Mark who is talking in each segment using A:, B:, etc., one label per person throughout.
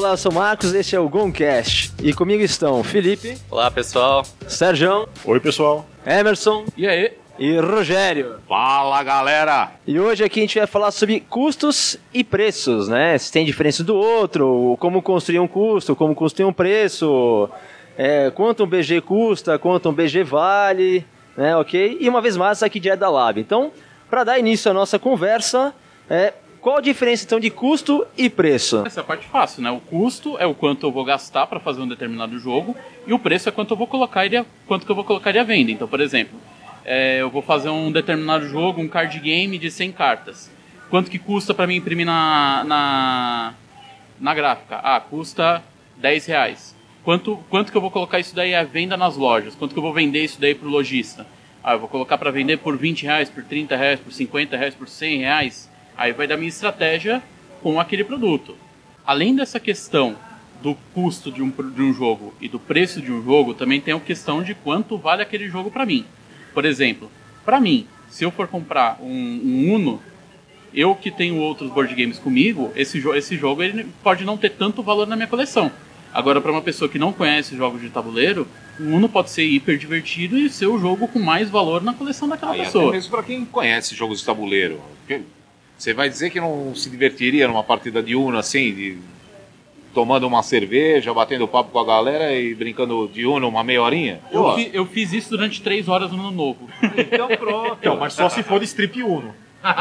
A: Olá, eu sou o Marcos, este é o Gomcast. E comigo estão Felipe.
B: Olá, pessoal.
A: Sérgio.
C: Oi, pessoal.
A: Emerson.
B: E aí?
A: E Rogério.
C: Fala, galera.
A: E hoje aqui a gente vai falar sobre custos e preços, né? Se tem diferença do outro, como construir um custo, como construir um preço, quanto um BG custa, quanto um BG vale, né? Ok? E uma vez mais, aqui de da Lab. Então, para dar início à nossa conversa, qual a diferença então de custo e preço?
B: Essa é a parte fácil, né? O custo é o quanto eu vou gastar para fazer um determinado jogo e o preço é quanto eu vou colocar quanto que eu vou colocar ele à venda. Então, por exemplo, eu vou fazer um determinado jogo, um card game de 100 cartas. Quanto que custa para mim imprimir na gráfica? Custa R$10. Quanto que eu vou colocar isso daí à venda nas lojas? Quanto que eu vou vender isso daí para o lojista? Eu vou colocar para vender por R$20, por R$30, por R$50, por R$100. Aí vai dar minha estratégia com aquele produto. Além dessa questão do custo de um jogo e do preço de um jogo, também tem a questão de quanto vale aquele jogo para mim. Por exemplo, para mim, se eu for comprar um Uno, eu que tenho outros board games comigo, esse jogo ele pode não ter tanto valor na minha coleção. Agora, para uma pessoa que não conhece jogos de tabuleiro, o Uno pode ser hiper divertido e ser o jogo com mais valor na coleção daquela pessoa.
C: Até mesmo para quem conhece jogos de tabuleiro. Você vai dizer que não se divertiria numa partida de Uno assim, tomando uma cerveja, batendo papo com a galera e brincando de Uno uma meia horinha?
B: Eu fiz isso durante 3 horas no Ano Novo.
C: Então pronto.
D: Então, mas só se for strip Uno.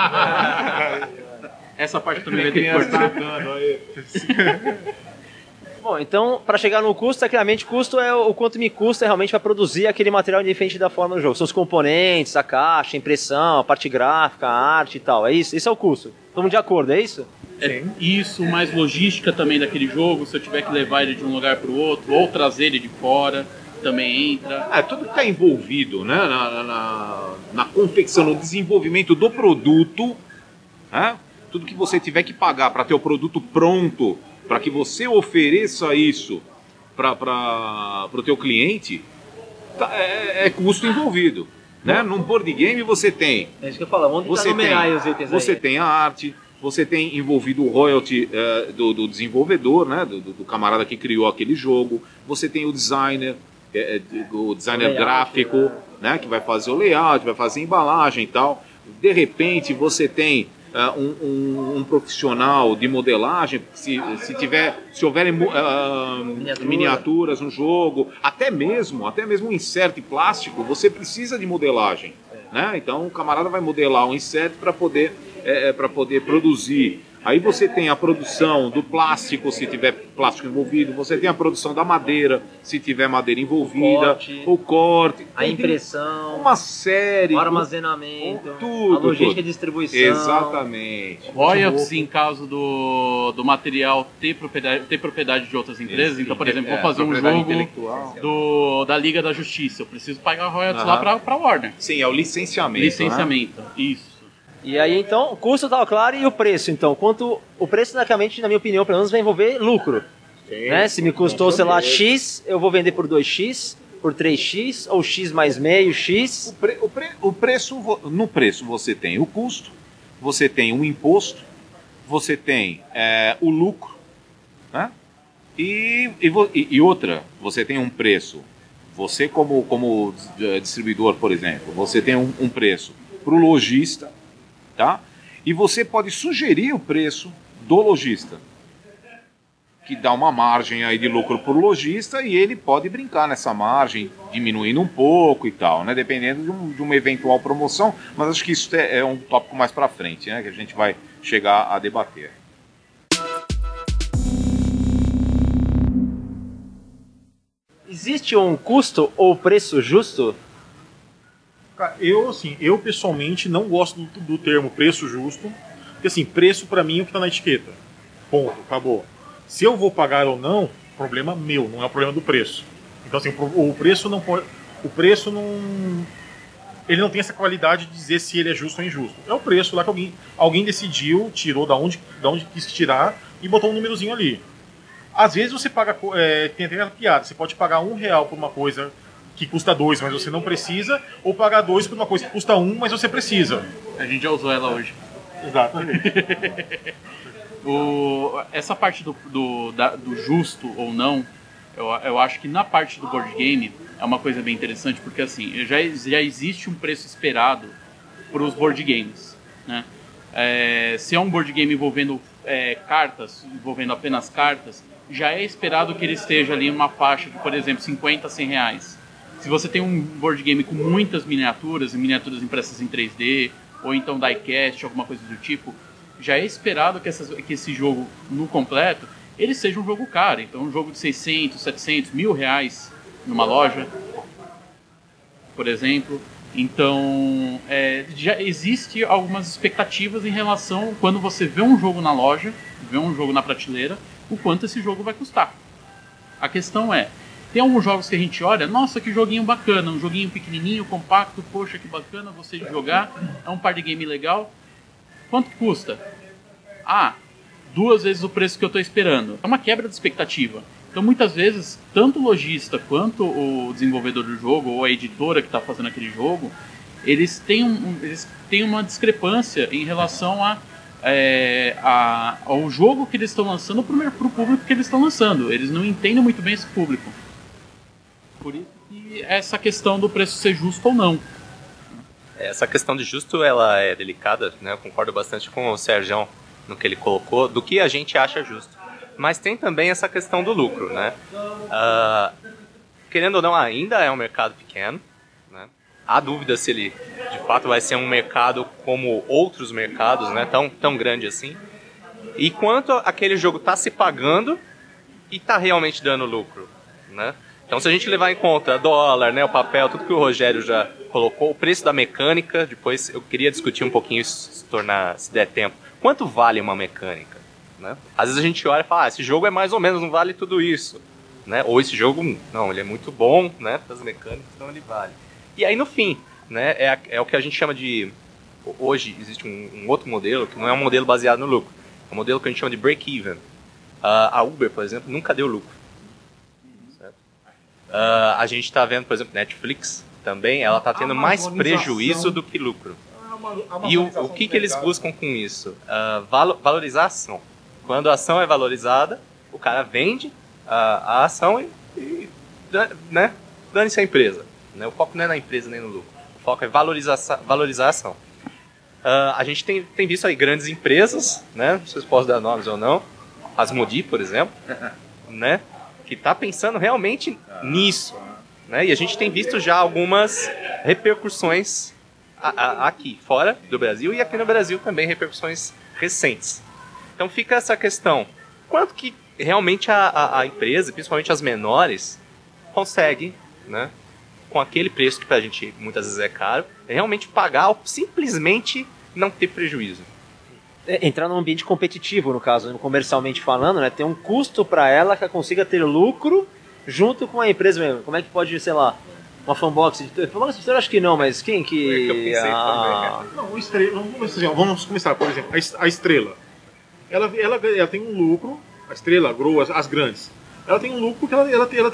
B: Essa parte também vai ter que cortar.
A: Bom, então, para chegar no custo, tecnicamente, custo é o quanto me custa realmente para produzir aquele material diferente da forma do jogo. São os componentes, a caixa, a impressão, a parte gráfica, a arte e tal. É isso? Esse é o custo. Estamos de acordo, é isso?
B: Isso, mais logística também daquele jogo, se eu tiver que levar ele de um lugar para o outro, ou trazer ele de fora, também entra.
C: Tudo que está envolvido, né, na confecção, no desenvolvimento do produto, né, tudo que você tiver que pagar para ter o produto pronto, para que você ofereça isso para o teu cliente, é custo envolvido. Né? Num board game você tem...
A: É isso que eu falo, onde você numerar os itens aí?
C: Você tem a arte, você tem envolvido o royalty do desenvolvedor, né? do camarada que criou aquele jogo, você tem o designer, o designer gráfico, né? Que vai fazer o layout, vai fazer a embalagem e tal. De repente você tem um profissional de modelagem, se houver miniaturas no jogo, até mesmo um insert plástico, você precisa de modelagem, né? Então o camarada vai modelar um insert para poder produzir. Aí você tem a produção do plástico, se tiver plástico envolvido, você tem a produção da madeira, se tiver madeira envolvida, o corte,
A: a impressão,
C: uma série,
A: o armazenamento,
C: tudo,
A: a logística de distribuição.
C: Exatamente.
B: Royalties em caso do material ter propriedade de outras empresas. Então, por exemplo, vou fazer um jogo da Liga da Justiça, eu preciso pagar royalties lá para a Warner.
C: Sim, é o licenciamento.
B: Licenciamento, né? Isso.
A: E aí, então, o custo tá claro e o preço, então. Quanto o preço, tecnicamente, na minha opinião, pelo menos, vai envolver lucro.
C: Sim,
A: né? Se me custou, sei lá, X, eu vou vender por 2X, por 3X, ou X mais meio, X.
C: No preço você tem o custo, você tem o imposto, você tem o lucro, né? E outra, você tem um preço. Você, como distribuidor, por exemplo, você tem um preço para o lojista, tá? E você pode sugerir o preço do lojista, que dá uma margem aí de lucro para o lojista, e ele pode brincar nessa margem, diminuindo um pouco e tal, né? Dependendo de uma eventual promoção, mas acho que isso é um tópico mais para frente, né? Que a gente vai chegar a debater.
A: Existe um custo ou preço justo?
D: Cara, eu pessoalmente não gosto do termo preço justo, porque assim, preço pra mim é o que tá na etiqueta. Ponto, acabou. Se eu vou pagar ou não, problema meu, não é o problema do preço. Então assim, o preço não pode, ele não tem essa qualidade de dizer se ele é justo ou injusto. É o preço lá que alguém decidiu, tirou da onde quis tirar e botou um númerozinho ali. Às vezes você paga, tem até aquela piada, você pode pagar R$1 por uma coisa que custa 2, mas você não precisa, ou pagar 2 por uma coisa que custa 1, mas você precisa.
B: A gente já usou ela hoje.
D: Exatamente.
B: Essa parte do justo ou não, eu acho que na parte do board game é uma coisa bem interessante, porque assim, já existe um preço esperado para os board games, né? Se é um board game envolvendo cartas, envolvendo apenas cartas, já é esperado que ele esteja ali em uma faixa de, por exemplo, 50 a 100 reais. Se você tem um board game com muitas miniaturas, e miniaturas impressas em 3D, ou então diecast, alguma coisa do tipo, já é esperado que esse jogo, no completo, ele seja um jogo caro. Então, um jogo de 600, 700, R$1.000 numa loja, por exemplo. Então, já existe algumas expectativas em relação, quando você vê um jogo na loja, vê um jogo na prateleira, o quanto esse jogo vai custar. A questão tem alguns jogos que a gente olha, nossa, que joguinho bacana, um joguinho pequenininho, compacto, poxa, que bacana você jogar, é um par de game legal. Quanto que custa? 2 vezes o preço que eu estou esperando. É uma quebra de expectativa. Então, muitas vezes, tanto o lojista quanto o desenvolvedor do jogo, ou a editora que está fazendo aquele jogo, eles têm uma discrepância em relação ao jogo que eles estão lançando para o público que eles estão lançando. Eles não entendem muito bem esse público. Por isso que essa questão do preço ser justo ou não.
E: Essa questão de justo, ela é delicada, né? Eu concordo bastante com o Sergião no que ele colocou, do que a gente acha justo. Mas tem também essa questão do lucro, né? Querendo ou não, ainda é um mercado pequeno, né? Há dúvida se ele, de fato, vai ser um mercado como outros mercados, né? Tão grande assim. E quanto aquele jogo está se pagando e está realmente dando lucro, né? Então, se a gente levar em conta dólar, né, o papel, tudo que o Rogério já colocou, o preço da mecânica, depois eu queria discutir um pouquinho isso, se der tempo. Quanto vale uma mecânica? Né? Às vezes a gente olha e fala, esse jogo é mais ou menos, não vale tudo isso. Né? Ou esse jogo, não, ele é muito bom, né, para as mecânicas, então ele vale. E aí no fim, né, é o que a gente chama de... Hoje existe um outro modelo, que não é um modelo baseado no lucro. É um modelo que a gente chama de break-even. A Uber, por exemplo, nunca deu lucro. Certo? A gente está vendo, por exemplo, Netflix também, ela está tendo mais prejuízo do que lucro. E o que eles buscam com isso? Valorizar a ação. Quando a ação é valorizada, o cara vende a ação e né, dane-se a empresa. Né? O foco não é na empresa nem no lucro. O foco é valorizar a ação. A gente tem visto aí grandes empresas, né? Não sei se posso dar nomes ou não. Asmodee, por exemplo, né? Que está pensando realmente nisso. Né? E a gente tem visto já algumas repercussões aqui, fora do Brasil, e aqui no Brasil também repercussões recentes. Então fica essa questão, quanto que realmente a empresa, principalmente as menores, consegue, né, com aquele preço que pra gente muitas vezes é caro, realmente pagar ou simplesmente não ter prejuízo.
A: Entrar num ambiente competitivo, no caso, comercialmente falando, né, ter um custo para ela que ela consiga ter lucro junto com a empresa mesmo. Como é que pode, sei lá, uma fanbox editora? Fanbox editora acho que não, mas quem que...
E: É que eu pensei também.
D: Não, o Estrela, vamos começar, por exemplo, a Estrela. Ela tem um lucro, a Estrela, a Grow, as grandes. Ela tem um lucro porque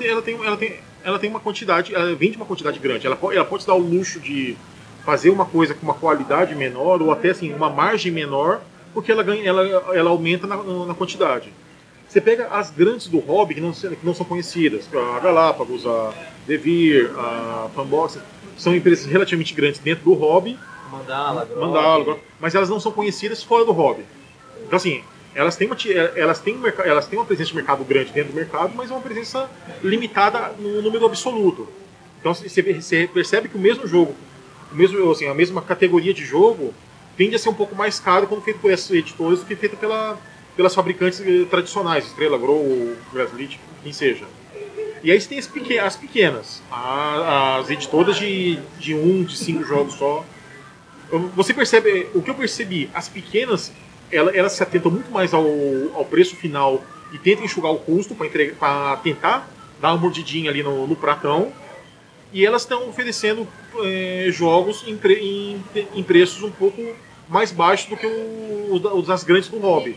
D: ela tem uma quantidade, ela vende uma quantidade grande. Ela pode se dar o luxo de fazer uma coisa com uma qualidade menor ou até assim, uma margem menor, porque ela aumenta na quantidade. Você pega as grandes do hobby que não são conhecidas, a Galápagos, a Devir, a Fanbox, são empresas relativamente grandes dentro do hobby.
A: Mandala,
D: mas elas não são conhecidas fora do hobby. Então assim, elas têm uma presença de mercado grande dentro do mercado, mas é uma presença limitada no número absoluto. Então você percebe que o mesmo jogo, a mesma categoria de jogo, tende a ser um pouco mais caro quando feito por essas editoras do que feito pelas fabricantes tradicionais, Estrela, Grow, Graslit, quem seja. E aí você tem as pequenas, as editoras de 5 jogos só. Você percebe, o que eu percebi, as pequenas, elas se atentam muito mais ao preço final e tentam enxugar o custo para tentar dar uma mordidinha ali no pratão. E elas estão oferecendo jogos em preços um pouco mais baixos do que os das grandes do hobby.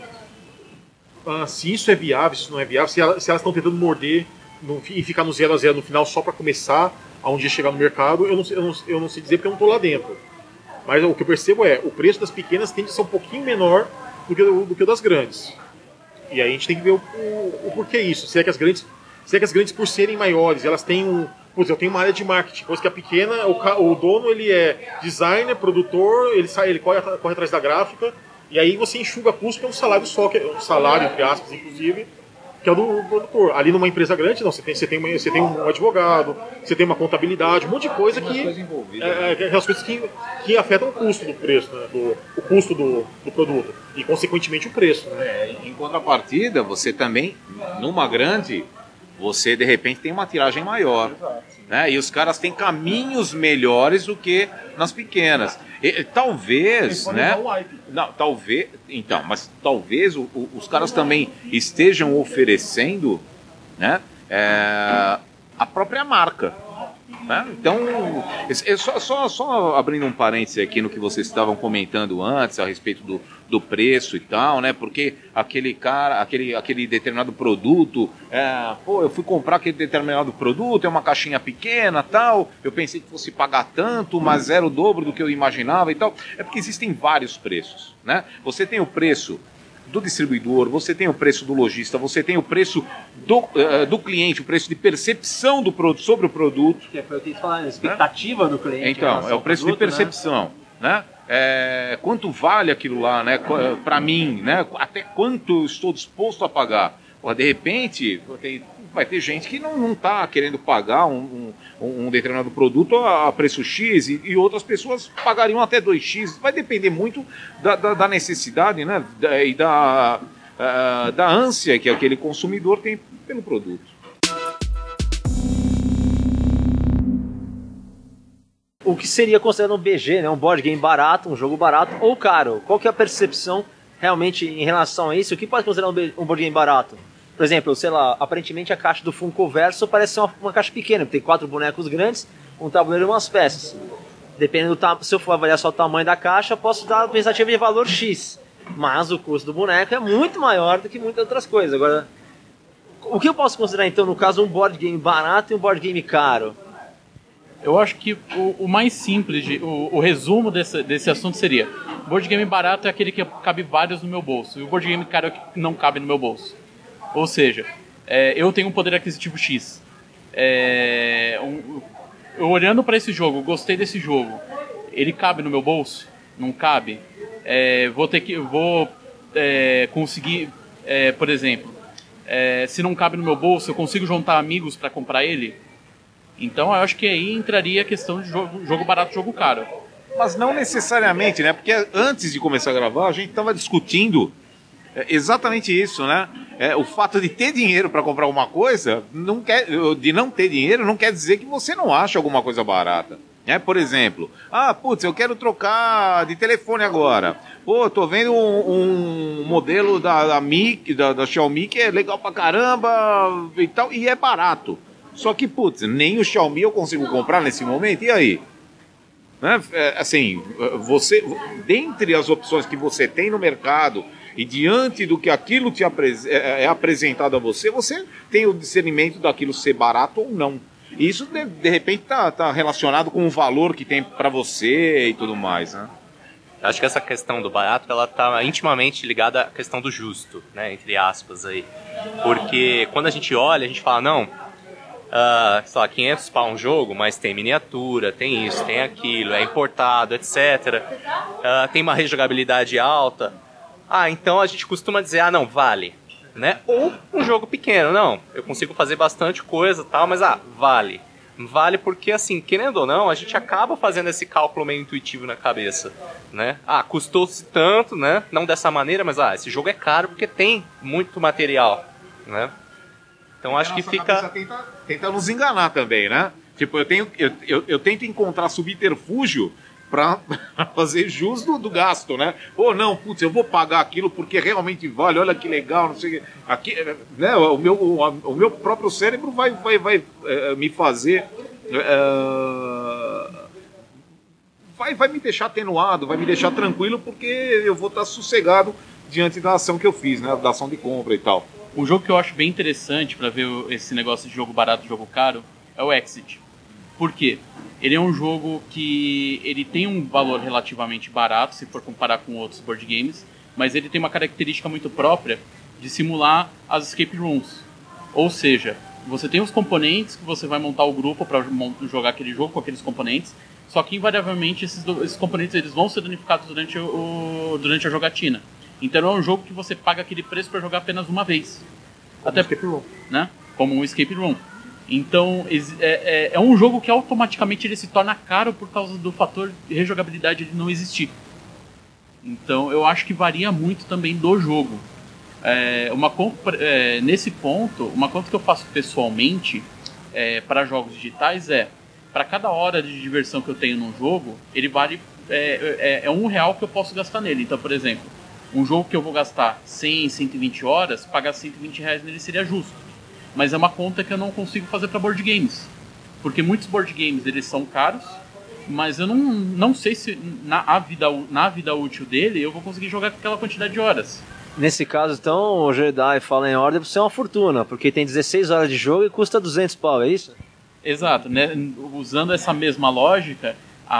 D: Se isso é viável, se isso não é viável, se elas estão tentando morder e ficar no 0-0 no final só para começar a um dia chegar no mercado, eu não sei dizer porque eu não estou lá dentro. Mas o que eu percebo o preço das pequenas tende a ser um pouquinho menor do que o das grandes. E aí a gente tem que ver o porquê isso. Se é que as grandes, por serem maiores, elas têm Putz, eu tenho uma área de marketing, coisa que a pequena, o dono ele é designer, produtor, ele corre atrás da gráfica, e aí você enxuga custo, que é um salário só, que é um salário, entre aspas, inclusive, que é o do produtor. Ali numa empresa grande, não, você tem um advogado, você tem uma contabilidade, um monte de coisa aquelas coisas que afetam o custo do preço, né, o custo do produto, e consequentemente o preço. Né?
C: Em contrapartida, você também, numa grande, você de repente tem uma tiragem maior. Né? E os caras têm caminhos melhores do que nas pequenas. Talvez, né? Não, talvez. Então, mas talvez os caras também estejam oferecendo, né, a própria marca. Né? Então, só abrindo um parêntese aqui no que vocês estavam comentando antes a respeito do preço e tal, né? Porque aquele determinado produto, eu fui comprar aquele determinado produto, é uma caixinha pequena tal, eu pensei que fosse pagar tanto, mas era o dobro do que eu imaginava e tal. É porque existem vários preços, né? Você tem o preço do distribuidor, você tem o preço do lojista, você tem o preço do cliente, o preço de percepção do produto sobre o produto.
A: Que foi o que eles falaram, a expectativa do cliente.
C: Então, é o preço de percepção, né? Quanto vale aquilo lá, né? Para mim, né? Até quanto eu estou disposto a pagar. De repente, vai ter gente que não está querendo pagar um determinado produto a preço X e outras pessoas pagariam até 2X. Vai depender muito da necessidade, né? E da ânsia que aquele consumidor tem pelo produto.
A: O que seria considerado um BG, né? Um board game barato, um jogo barato ou caro? Qual que é a percepção realmente em relação a isso? O que pode considerar um board game barato? Por exemplo, sei lá, aparentemente a caixa do Funkoverso parece ser uma caixa pequena, tem 4 bonecos grandes, um tabuleiro e umas peças. Dependendo se eu for avaliar só o tamanho da caixa, posso dar uma pensativa de valor X. Mas o custo do boneco é muito maior do que muitas outras coisas. Agora, o que eu posso considerar então, no caso, um board game barato e um board game caro?
B: Eu acho que o mais simples, o resumo desse assunto seria: board game barato é aquele que cabe vários no meu bolso, e o board game caro é o que não cabe no meu bolso. Ou seja, eu tenho um poder aquisitivo X. Eu olhando para esse jogo, gostei desse jogo, ele cabe no meu bolso? Não cabe? Vou conseguir, por exemplo, se não cabe no meu bolso, eu consigo juntar amigos para comprar ele? Então eu acho que aí entraria a questão de jogo barato, jogo caro.
C: Mas não necessariamente, né? Porque antes de começar a gravar, a gente estava discutindo exatamente isso, né? O fato de ter dinheiro para comprar alguma coisa, de não ter dinheiro, não quer dizer que você não acha alguma coisa barata. Por exemplo, eu quero trocar de telefone agora. Tô vendo um modelo da Xiaomi que é legal pra caramba e tal, e é barato. Só que, nem o Xiaomi eu consigo comprar nesse momento, e aí? Né? Dentre as opções que você tem no mercado e diante do que aquilo é apresentado a você, você tem o discernimento daquilo ser barato ou não. E isso, de repente, tá relacionado com o valor que tem para você e tudo mais, né?
E: Eu acho que essa questão do barato, ela tá intimamente ligada à questão do justo, né? Entre aspas aí. Porque quando a gente olha, a gente fala, não, sei lá, 500 pau um jogo, mas tem miniatura, tem isso, tem aquilo, é importado, etc. Tem uma rejogabilidade alta. Então a gente costuma dizer, não, vale, né? Ou um jogo pequeno, não, eu consigo fazer bastante coisa e tal, mas vale. Vale porque, assim, querendo ou não, a gente acaba fazendo esse cálculo meio intuitivo na cabeça, né? Custou-se tanto, né? Não dessa maneira, mas esse jogo é caro porque tem muito material, né? Então acho que fica...
C: Tenta nos enganar também, né? Tipo, eu tento encontrar subterfúgio para fazer jus do gasto, né? Eu vou pagar aquilo porque realmente vale, olha que legal, não sei o que. Aqui, né, o meu próprio cérebro vai me fazer... vai me deixar atenuado, vai me deixar tranquilo, porque eu vou estar sossegado diante da ação que eu fiz, né? Da ação de compra e tal.
B: Um jogo que eu acho bem interessante para ver esse negócio de jogo barato e jogo caro é o Exit. Por quê? Ele é um jogo que ele tem um valor relativamente barato, se for comparar com outros board games, mas ele tem uma característica muito própria de simular as escape rooms. Ou seja, você tem os componentes que você vai montar o grupo para jogar aquele jogo com aqueles componentes, só que invariavelmente esses componentes eles vão ser danificados durante a jogatina. Então é um jogo que você paga aquele preço para jogar apenas uma vez. Até
D: escape room.
B: Né? Como um escape room. Então é um jogo que automaticamente ele se torna caro por causa do fator de rejogabilidade de não existir. Então eu acho que varia muito também do jogo. Nesse ponto, uma conta que eu faço pessoalmente para jogos digitais para cada hora de diversão que eu tenho num jogo, ele vale R$1 que eu posso gastar nele. Então, por exemplo, um jogo que eu vou gastar 100, 120 horas, pagar R$120 nele seria justo. Mas é uma conta que eu não consigo fazer para board games. Porque muitos board games eles são caros, mas eu não sei se na vida útil dele eu vou conseguir jogar com aquela quantidade de horas.
A: Nesse caso, então, o Jedi Fallen Order você é uma fortuna, porque tem 16 horas de jogo e custa 200 pau, é isso?
B: Exato, né? Usando essa mesma lógica,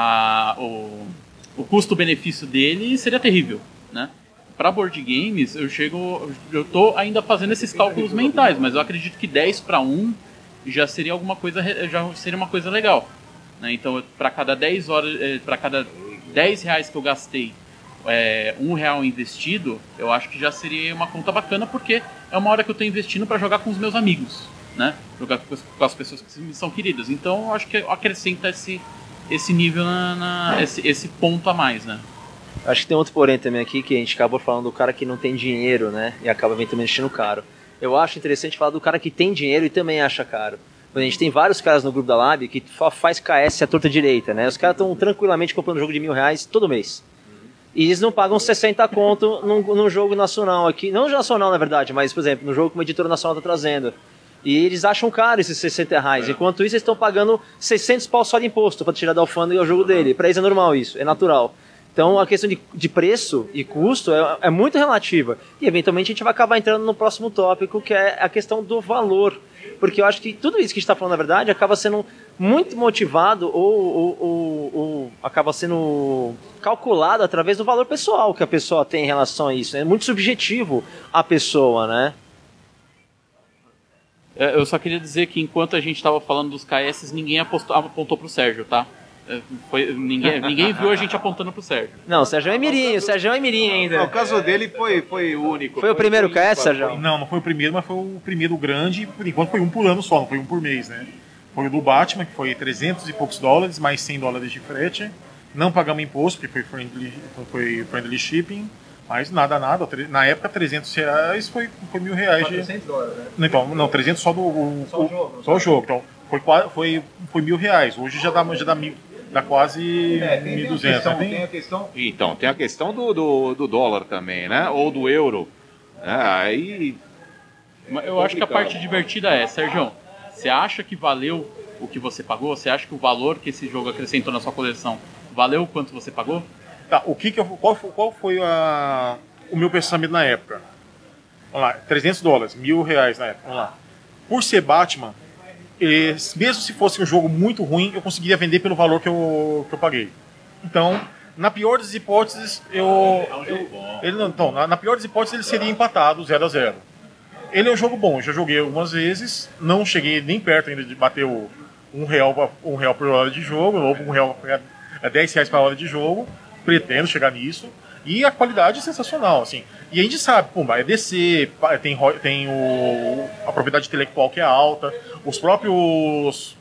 B: o custo-benefício dele seria terrível, né? Para board games, eu tô ainda fazendo esses cálculos mentais, mas eu acredito que 10 para 1 já seria uma coisa legal, né? Então, para cada 10 horas, para cada R$10 que eu gastei, R$1 investido, eu acho que já seria uma conta bacana, porque é uma hora que eu estou investindo para jogar com os meus amigos, né? Jogar com as pessoas que me são queridas. Então, eu acho que acrescenta esse nível, esse ponto a mais, né?
A: Acho que tem outro porém também aqui, que a gente acabou falando do cara que não tem dinheiro, né? E acaba eventualmente achando caro. Eu acho interessante falar do cara que tem dinheiro e também acha caro. A gente tem vários caras no grupo da Lab que faz KS à torta direita, né? Os caras estão tranquilamente comprando um jogo de R$1.000 todo mês. E eles não pagam 60 conto num jogo nacional aqui. Não nacional, na verdade, mas, por exemplo, no jogo que uma editora nacional está trazendo. E eles acham caro esses R$60. Enquanto isso, eles estão pagando 600 pau só de imposto para tirar da alfândega o jogo dele. Para eles é normal isso, é natural. Então a questão de preço e custo é muito relativa. E eventualmente a gente vai acabar entrando no próximo tópico, que é a questão do valor. Porque eu acho que tudo isso que a gente está falando, na verdade, acaba sendo muito motivado ou acaba sendo calculado através do valor pessoal que a pessoa tem em relação a isso. É muito subjetivo a pessoa, né?
B: Eu só queria dizer que enquanto a gente estava falando dos KS, ninguém apontou pro Sérgio, tá? Ninguém viu a gente apontando pro Sérgio.
A: Não, o Sérgio é mirim, ainda.
C: O caso dele foi único.
A: Foi o primeiro KS, Sérgio?
D: Não foi o primeiro, mas foi o primeiro grande. Por enquanto foi um por ano só, não foi um por mês, né? Foi o do Batman, que foi 300 e poucos dólares, mais 100 dólares de frete. Não pagamos imposto, porque foi friendly shipping. Mas nada. Na época, R$300 foi R$1.000.
F: 400 dólares, né?
D: Então, não, 300 só o jogo. Então, foi R$1.000. Hoje já dá quase 1.200.
C: Tem a questão... Então, tem a questão do dólar também, né? Ou do euro. Aí...
B: Eu acho que a parte divertida Sérgio, você acha que valeu o que você pagou? Você acha que o valor que esse jogo acrescentou na sua coleção valeu o quanto você pagou?
D: Tá, qual foi o meu pensamento na época? Vamos lá, $300, R$1.000 na época. Vamos lá. Por ser Batman, mesmo se fosse um jogo muito ruim, eu conseguiria vender pelo valor que eu paguei. Então, na pior das hipóteses, na pior das hipóteses, ele seria empatado 0-0. Ele é um jogo bom, eu já joguei algumas vezes, não cheguei nem perto ainda de bater o R$1 por hora de jogo, ou R$10 por hora de jogo. Pretendo chegar nisso. E a qualidade é sensacional, assim. E a gente sabe, é DC, tem a propriedade intelectual que é alta, os próprios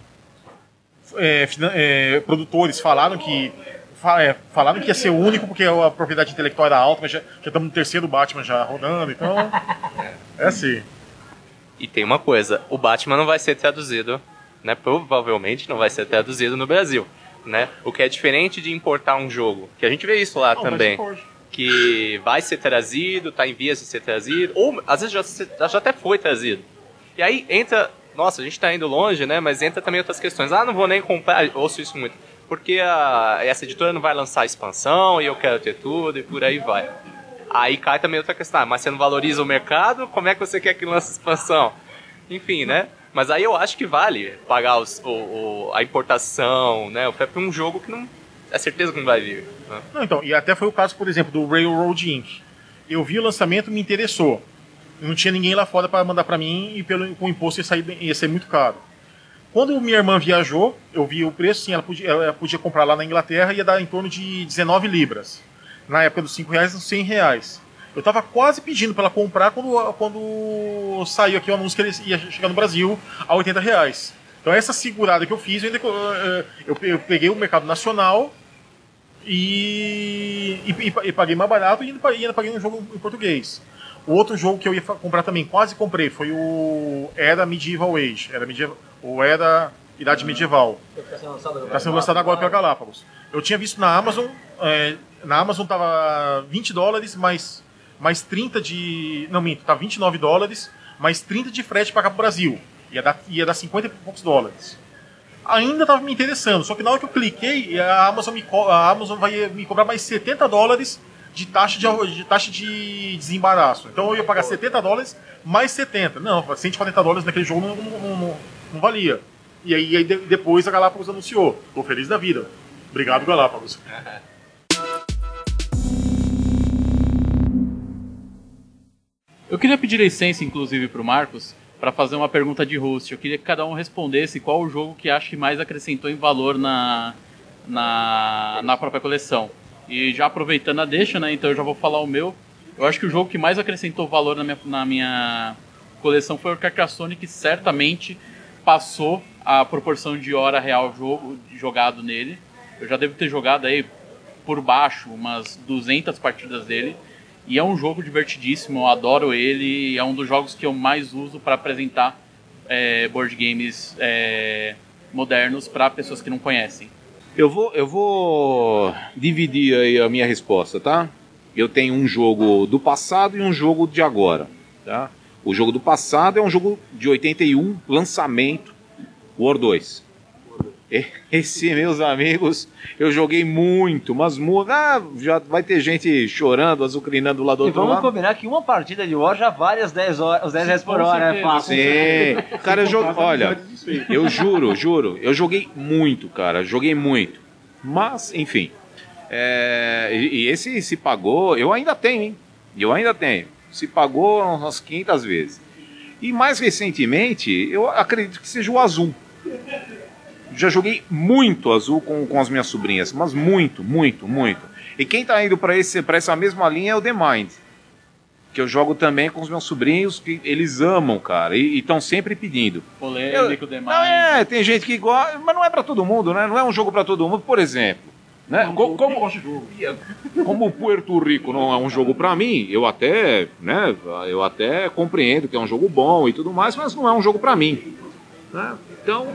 D: produtores falaram que ia ser o único porque a propriedade intelectual era alta, mas já estamos no terceiro Batman já rodando, então é assim.
E: E tem uma coisa, o Batman não vai ser traduzido, né? Provavelmente não vai ser traduzido no Brasil, né? O que é diferente de importar um jogo, que a gente vê isso lá também, que vai ser trazido, está em vias de ser trazido, ou às vezes já até foi trazido. E aí entra, nossa, a gente está indo longe, né? Mas entra também outras questões. Não vou nem comprar, ouço isso muito, porque essa editora não vai lançar expansão e eu quero ter tudo e por aí vai. Aí cai também outra questão, mas você não valoriza o mercado, como é que você quer que lance expansão? Enfim, né? Mas aí eu acho que vale pagar a importação, né? Para um jogo que não é certeza que não vai vir. Né?
D: Não, então, e até foi o caso, por exemplo, do Railroad Inc. Eu vi o lançamento, me interessou. Não tinha ninguém lá fora para mandar para mim e com o imposto ia sair muito caro. Quando minha irmã viajou, eu vi o preço, sim, ela podia comprar lá na Inglaterra e ia dar em torno de 19 libras. Na época dos R$5, uns R$100. Eu estava quase pedindo para ela comprar quando saiu aqui o anúncio que ele ia chegar no Brasil a R$80. Então essa segurada que eu fiz, eu peguei o mercado nacional e paguei mais barato e ainda paguei um jogo em português. O outro jogo que eu ia comprar também, quase comprei, foi o Era Medieval Age, ou Era Idade Medieval. Está sendo lançado agora pela Galápagos. Eu tinha visto na Amazon estava $20, mais 30 de... Não, minto, tá $29, mais 30 de frete para cá pro Brasil. Ia dar 50 e poucos dólares. Ainda estava me interessando, só que na hora que eu cliquei, a Amazon vai me cobrar mais $70 de taxa de desembaraço. Então eu ia pagar $70 mais 70. Não, $140 naquele jogo não valia. E aí depois a Galápagos anunciou. Tô feliz da vida. Obrigado, Galápagos.
B: Eu queria pedir licença, inclusive, para o Marcos, para fazer uma pergunta de host. Eu queria que cada um respondesse qual o jogo que acha que mais acrescentou em valor na própria coleção. E já aproveitando a deixa, né, então eu já vou falar o meu. Eu acho que o jogo que mais acrescentou valor na minha coleção foi o Carcassonne, que certamente passou a proporção de hora real jogado nele. Eu já devo ter jogado aí por baixo umas 200 partidas dele. E é um jogo divertidíssimo, eu adoro ele. É um dos jogos que eu mais uso para apresentar board games modernos para pessoas que não conhecem.
C: Eu vou dividir aí a minha resposta, tá? Eu tenho um jogo do passado e um jogo de agora, tá? O jogo do passado é um jogo de 81, lançamento, War 2. Esse, meus amigos, eu joguei muito, mas muito. Já vai ter gente chorando, azucrinando lá do outro lado.
A: E vamos combinar que uma partida de War já vale os 10 reais por hora, né, fácil.
C: Sim. Cara, olha, eu juro, eu joguei muito, cara, joguei muito. Mas, enfim. E esse se pagou, eu ainda tenho, hein? Se pagou umas 500 vezes. E mais recentemente, eu acredito que seja o Azul. Já joguei muito Azul com as minhas sobrinhas, mas muito. E quem tá indo pra essa mesma linha é o The Mind, que eu jogo também com os meus sobrinhos, que eles amam, cara, e estão sempre pedindo.
B: Polêmico, The Mind.
C: Não, tem gente que gosta, mas não é pra todo mundo, né? Não é um jogo pra todo mundo, por exemplo. Né? Como o Puerto Rico não é um jogo pra mim, eu até compreendo que é um jogo bom e tudo mais, mas não é um jogo pra mim. Né? Então,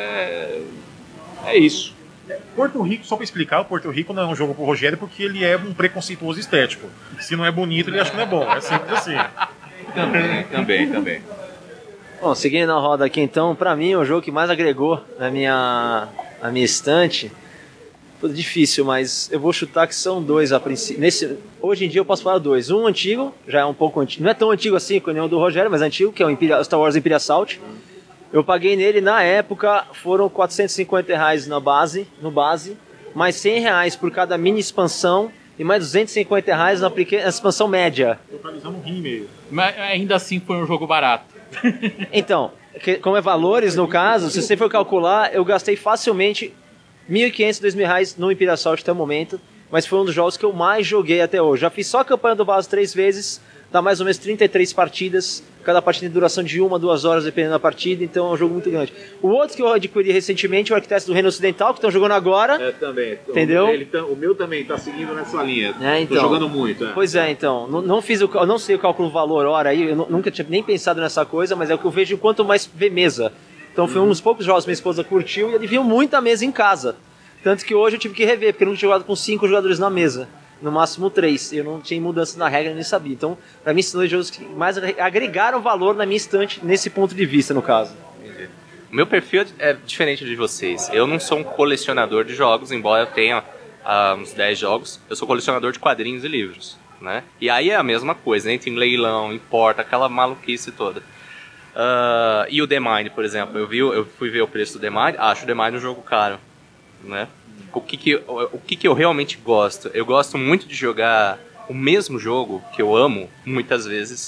C: é isso.
D: Porto Rico, só para explicar, o Porto Rico não é um jogo pro Rogério porque ele é um preconceituoso estético. Se não é bonito, ele acha que não é bom. É simples assim.
C: Também.
A: Bom, seguindo na roda aqui então, pra mim o jogo que mais agregou na minha estante, difícil, mas eu vou chutar que são dois a princípio. Hoje em dia eu posso falar dois. Um antigo, já é um pouco antigo, não é tão antigo assim como o do Rogério, mas é antigo, que é o Star Wars Imperial Assault. Eu paguei nele, na época, foram R$450 no base, mais R$100 por cada mini expansão e mais R$250 na expansão média.
D: Totalizando um rim
B: Mas ainda assim foi um jogo barato.
A: Então, como é valores no caso, se você for calcular, eu gastei facilmente R$1.500, R$2.000 no Imperial Assault até o momento, mas foi um dos jogos que eu mais joguei até hoje. Já fiz só a campanha do base 3 vezes, dá mais ou menos 33 partidas, cada partida tem duração de 1 a 2 horas, dependendo da partida, então é um jogo muito grande. O outro que eu adquiri recentemente, o Arquitetos do Reino Ocidental, que estão jogando agora.
C: Também.
A: Entendeu?
C: O meu também está seguindo nessa linha.
A: Então,
C: tô jogando muito.
A: Pois é, então. Eu não sei o cálculo valor hora aí, eu nunca tinha nem pensado nessa coisa, mas é o que eu vejo quanto mais ver mesa. Então foi um dos poucos jogos que minha esposa curtiu e ele viu muita mesa em casa. Tanto que hoje eu tive que rever, porque eu não tinha jogado com 5 jogadores na mesa. No máximo 3. Eu não tinha mudança na regra, nem sabia. Então, pra mim, são dois jogos que mais agregaram valor na minha estante, nesse ponto de vista, no caso.
E: O meu perfil é diferente de vocês. Eu não sou um colecionador de jogos, embora eu tenha uns 10 jogos. Eu sou colecionador de quadrinhos e livros, né? E aí é a mesma coisa, entra em leilão, importa, aquela maluquice toda. E o The Mind, por exemplo, eu fui ver o preço do The Mind, acho o The Mind um jogo caro, né? O que eu realmente gosto? Eu gosto muito de jogar o mesmo jogo que eu amo, muitas vezes,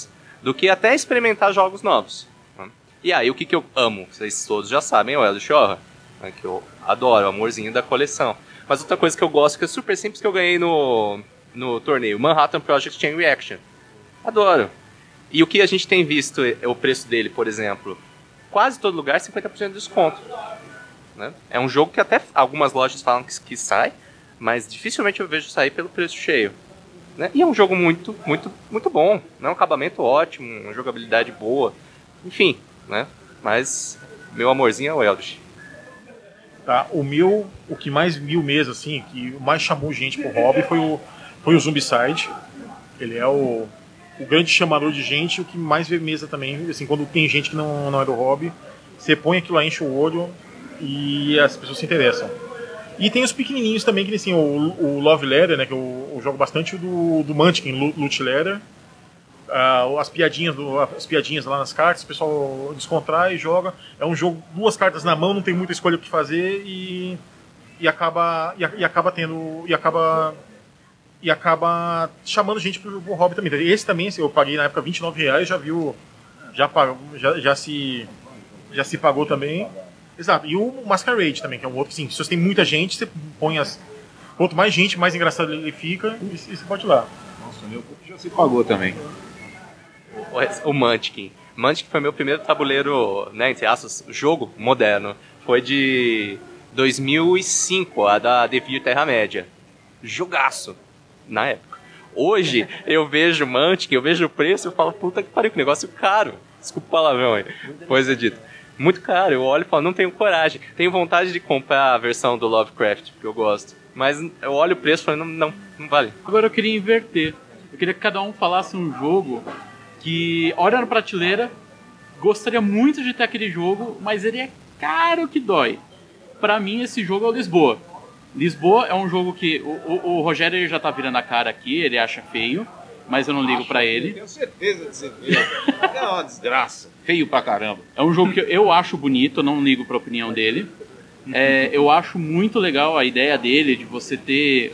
E: do que até experimentar jogos novos. Né? E aí, o que eu amo? Vocês todos já sabem, é o Eldritch Horror, né, que eu adoro, o amorzinho da coleção. Mas outra coisa que eu gosto, que é super simples, que eu ganhei no torneio, Manhattan Project Chain Reaction. Adoro. E o que a gente tem visto, é o preço dele, por exemplo, quase todo lugar, 50% de desconto. Né? É um jogo que até algumas lojas falam que sai, mas dificilmente eu vejo sair pelo preço cheio. Né? E é um jogo muito, muito, muito bom. Né? Um acabamento ótimo, uma jogabilidade boa. Enfim, né? Mas meu amorzinho é o Eldritch.
D: Tá, o que mais viu mesmo, assim, que mais chamou gente pro hobby foi o Zombicide. Ele é o grande chamador de gente, o que mais vê mesa também, assim, quando tem gente que não é do hobby, você põe aquilo lá, enche o olho e as pessoas se interessam. E tem os pequenininhos também, que assim, o Love Letter, né, que eu jogo bastante do Munchkin, Loot Letter. As piadinhas lá nas cartas, o pessoal descontrai e joga. É um jogo, 2 cartas na mão, não tem muita escolha o que fazer e acaba chamando gente pro hobby também. Esse também, assim, eu paguei na época R$29, já se pagou também. Exato. E o Masquerade também, que é um outro, sim, se você tem muita gente, você põe quanto mais gente, mais engraçado ele fica e você pode ir lá.
C: Nossa, o meu já se pagou também.
E: O Munchkin. Munchkin foi meu primeiro tabuleiro, né, entre aspas, jogo moderno. Foi de 2005, a da Devir Terra-média. Jogaço, na época. Hoje, eu vejo Munchkin, eu vejo o preço e eu falo, puta que pariu, que negócio caro. Desculpa o palavrão aí, pois é dito. Muito caro, eu olho e falo, não tenho coragem. Tenho vontade de comprar a versão do Lovecraft, porque eu gosto. Mas eu olho o preço e falo, não vale.
B: Agora eu queria inverter. Eu queria que cada um falasse um jogo que olha na prateleira, gostaria muito de ter aquele jogo, mas ele é caro que dói. Pra mim, esse jogo é o Lisboa. Lisboa é um jogo que o Rogério ele já tá virando a cara aqui, ele acha feio, mas eu não ligo pra ele.
C: Tenho certeza de ser feio. É uma desgraça. Feio pra caramba.
B: É um jogo que eu acho bonito, eu não ligo pra opinião dele. Eu acho muito legal a ideia dele de você ter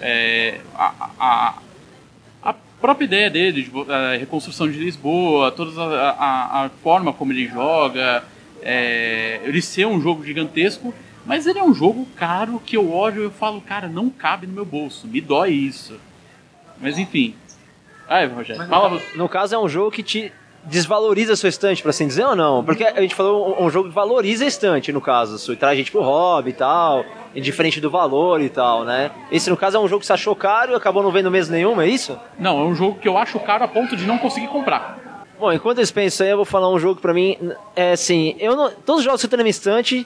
B: a própria ideia dele, de a reconstrução de Lisboa, toda a forma como ele joga, ele ser um jogo gigantesco, mas ele é um jogo caro que eu olho e eu falo, cara, não cabe no meu bolso, me dói isso. Mas enfim. Rogério, fala você.
A: No caso, é um jogo que te desvaloriza a sua estante, pra assim dizer, ou não? Porque a gente falou um jogo que valoriza a estante, no caso, traz gente pro hobby e tal, indiferente do valor e tal, né? Esse, no caso, é um jogo que você achou caro e acabou não vendo mesmo nenhuma, é isso?
B: Não, é um jogo que eu acho caro a ponto de não conseguir comprar.
A: Bom, enquanto eles pensam aí, eu vou falar um jogo que pra mim, assim, todos os jogos que eu tenho na minha estante,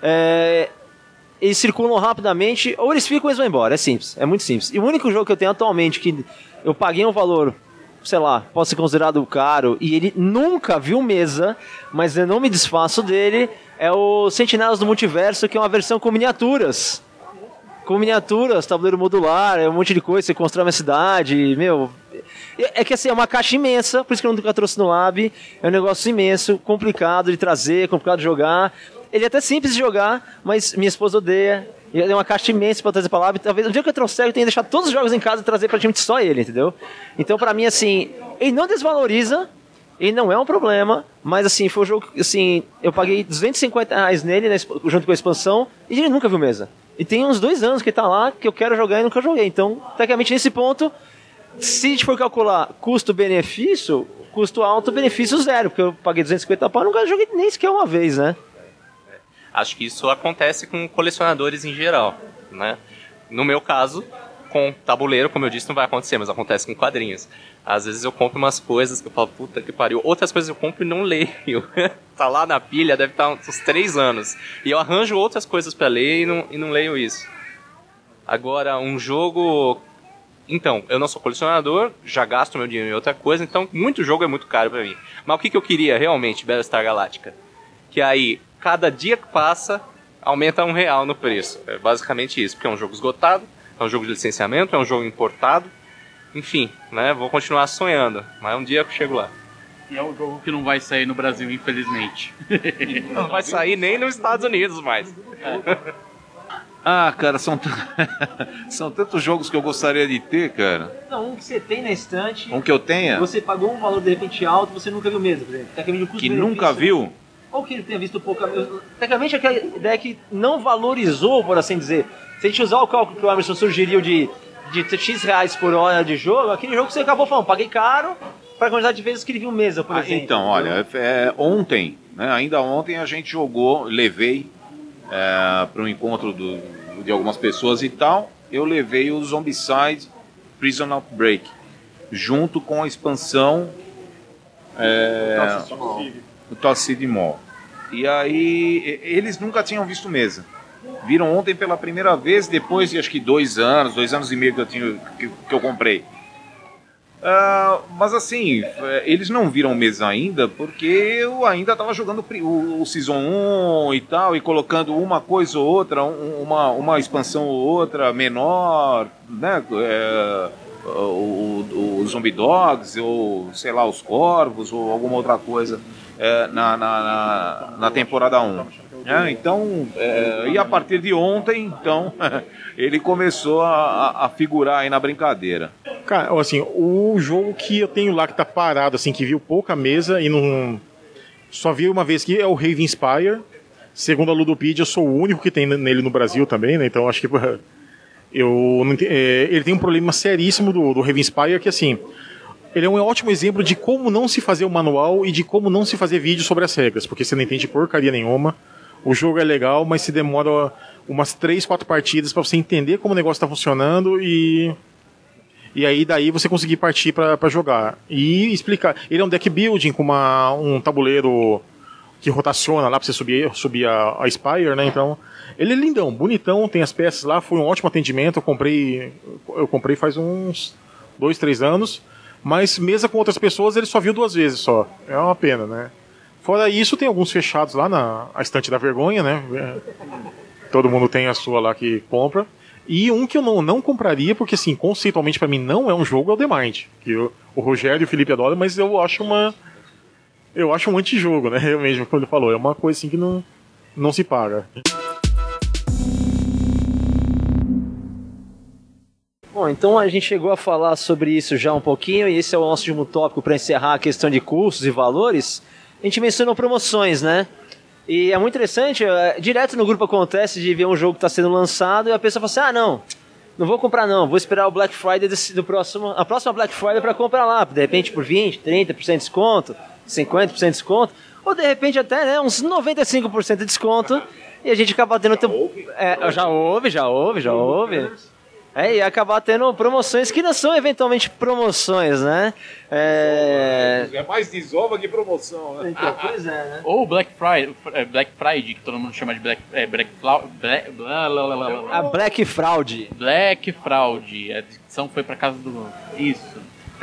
A: eles circulam rapidamente, ou eles ficam ou eles vão embora, é simples, é muito simples. E o único jogo que eu tenho atualmente que eu paguei um valor, sei lá, pode ser considerado caro, e ele nunca viu mesa, mas eu não me desfaço dele, é o Sentinelas do Multiverso, que é uma versão com miniaturas. Com miniaturas, tabuleiro modular, um monte de coisa, você constrói uma cidade, meu... É que assim, é uma caixa imensa, por isso que eu nunca trouxe no Lab, é um negócio imenso, complicado de trazer, complicado de jogar. Ele é até simples de jogar, mas minha esposa odeia. Ele é uma caixa imensa pra trazer pra lá. Talvez um dia que eu trouxer, eu tenha que deixar todos os jogos em casa e trazer praticamente só ele, entendeu? Então, pra mim, assim, ele não desvaloriza, ele não é um problema, mas, assim, foi um jogo, assim, eu paguei R$250 nele, né, junto com a expansão, e ele nunca viu mesa. E tem uns 2 anos que ele tá lá, que eu quero jogar e nunca joguei. Então, tecnicamente, nesse ponto, se a gente for calcular custo-benefício, custo alto, benefício zero, porque eu paguei 250 pau e nunca joguei nem sequer uma vez, né?
E: Acho que isso acontece com colecionadores em geral, né? No meu caso, com tabuleiro, como eu disse, não vai acontecer, mas acontece com quadrinhos. Às vezes eu compro umas coisas que eu falo, puta que pariu. Outras coisas eu compro e não leio. Tá lá na pilha, deve estar uns 3 anos. E eu arranjo outras coisas pra ler e não leio isso. Agora, um jogo... Então, eu não sou colecionador, já gasto meu dinheiro em outra coisa, então muito jogo é muito caro pra mim. Mas o que eu queria realmente, Battlestar Galactica? Que aí... Cada dia que passa, aumenta R$1 no preço. É basicamente isso, porque é um jogo esgotado, é um jogo de licenciamento, é um jogo importado. Enfim, né? Vou continuar sonhando, mas um dia eu chego lá.
B: E é um jogo que não vai sair no Brasil, infelizmente.
E: Não vai sair nem nos Estados Unidos mais.
C: Ah, cara, são tantos jogos que eu gostaria de ter, cara.
A: Não, um que você tem na estante,
C: Um que eu tenha,
A: você pagou um valor de repente alto, você nunca viu mesmo, por exemplo. Tecnicamente, o
C: que
A: custo-benefício-
C: nunca viu.
A: Ou que ele tenha visto pouca... Tecnicamente, aquela ideia que não valorizou, por assim dizer. Se a gente usar o cálculo que o Emerson sugeriu de X reais por hora de jogo, aquele jogo que você acabou falando, paguei caro para a quantidade de vezes que ele viu mesa, por exemplo.
C: Então, olha, ontem, né, ainda ontem a gente jogou, levei para um encontro de algumas pessoas e tal, eu levei o Zombicide Prison Outbreak, junto com a expansão do Tosside Mall. E aí, eles nunca tinham visto mesa. Viram ontem pela primeira vez, depois de acho que 2 anos e meio que eu comprei. Mas assim, eles não viram mesa ainda, porque eu ainda estava jogando o Season 1 e tal, e colocando uma coisa ou outra, uma expansão ou outra menor, né? O Zombie Dogs, ou sei lá, os Corvos, ou alguma outra coisa na temporada 1. Então, e a partir de ontem, então, ele começou a figurar aí na brincadeira.
D: Cara, assim, o jogo que eu tenho lá que tá parado, assim, que viu pouca mesa e não... Só vi uma vez que é o Ravenspire. Segundo a Ludopedia, eu sou o único que tem nele no Brasil também, né? Então acho que ele tem um problema seríssimo do Ravenspire, que assim... Ele é um ótimo exemplo de como não se fazer o manual e de como não se fazer vídeo sobre as regras, porque você não entende porcaria nenhuma. O jogo é legal, mas se demora umas 3, 4 partidas para você entender como o negócio está funcionando e aí daí você conseguir partir para jogar. E explicar. Ele é um deck building com um tabuleiro que rotaciona lá para você subir a Spire, né? Então, ele é lindão, bonitão, tem as peças lá, foi um ótimo atendimento. Eu comprei faz uns 2, 3 anos. Mas mesa com outras pessoas ele só viu 2 vezes só. É uma pena, né? Fora isso, tem alguns fechados lá na estante da vergonha, né? Todo mundo tem a sua lá que compra. E um que eu não compraria, porque assim, conceitualmente pra mim não é um jogo, é o The Mind. Que o Rogério e o Felipe adoram, mas eu acho um antijogo, né? Eu mesmo, como ele falou, é uma coisa assim que não se paga.
A: Bom, então a gente chegou a falar sobre isso já um pouquinho, e esse é o nosso último tópico para encerrar a questão de custos e valores. A gente mencionou promoções, né? E é muito interessante, direto no grupo acontece de ver um jogo que está sendo lançado e a pessoa fala assim, não vou comprar não, vou esperar o Black Friday a próxima Black Friday para comprar lá, de repente por 20%, 30% de desconto, 50% de desconto, ou de repente até, né, uns 95% de desconto, e a gente acaba tendo... Já houve. E acabar tendo promoções que não são eventualmente promoções, né?
C: É mais desova que promoção, né?
A: Então, pois é, né?
B: Ou Black Friday, que todo mundo chama de Black
A: A Black Fraud.
B: Black Fraud. A dicção foi pra casa do... Isso.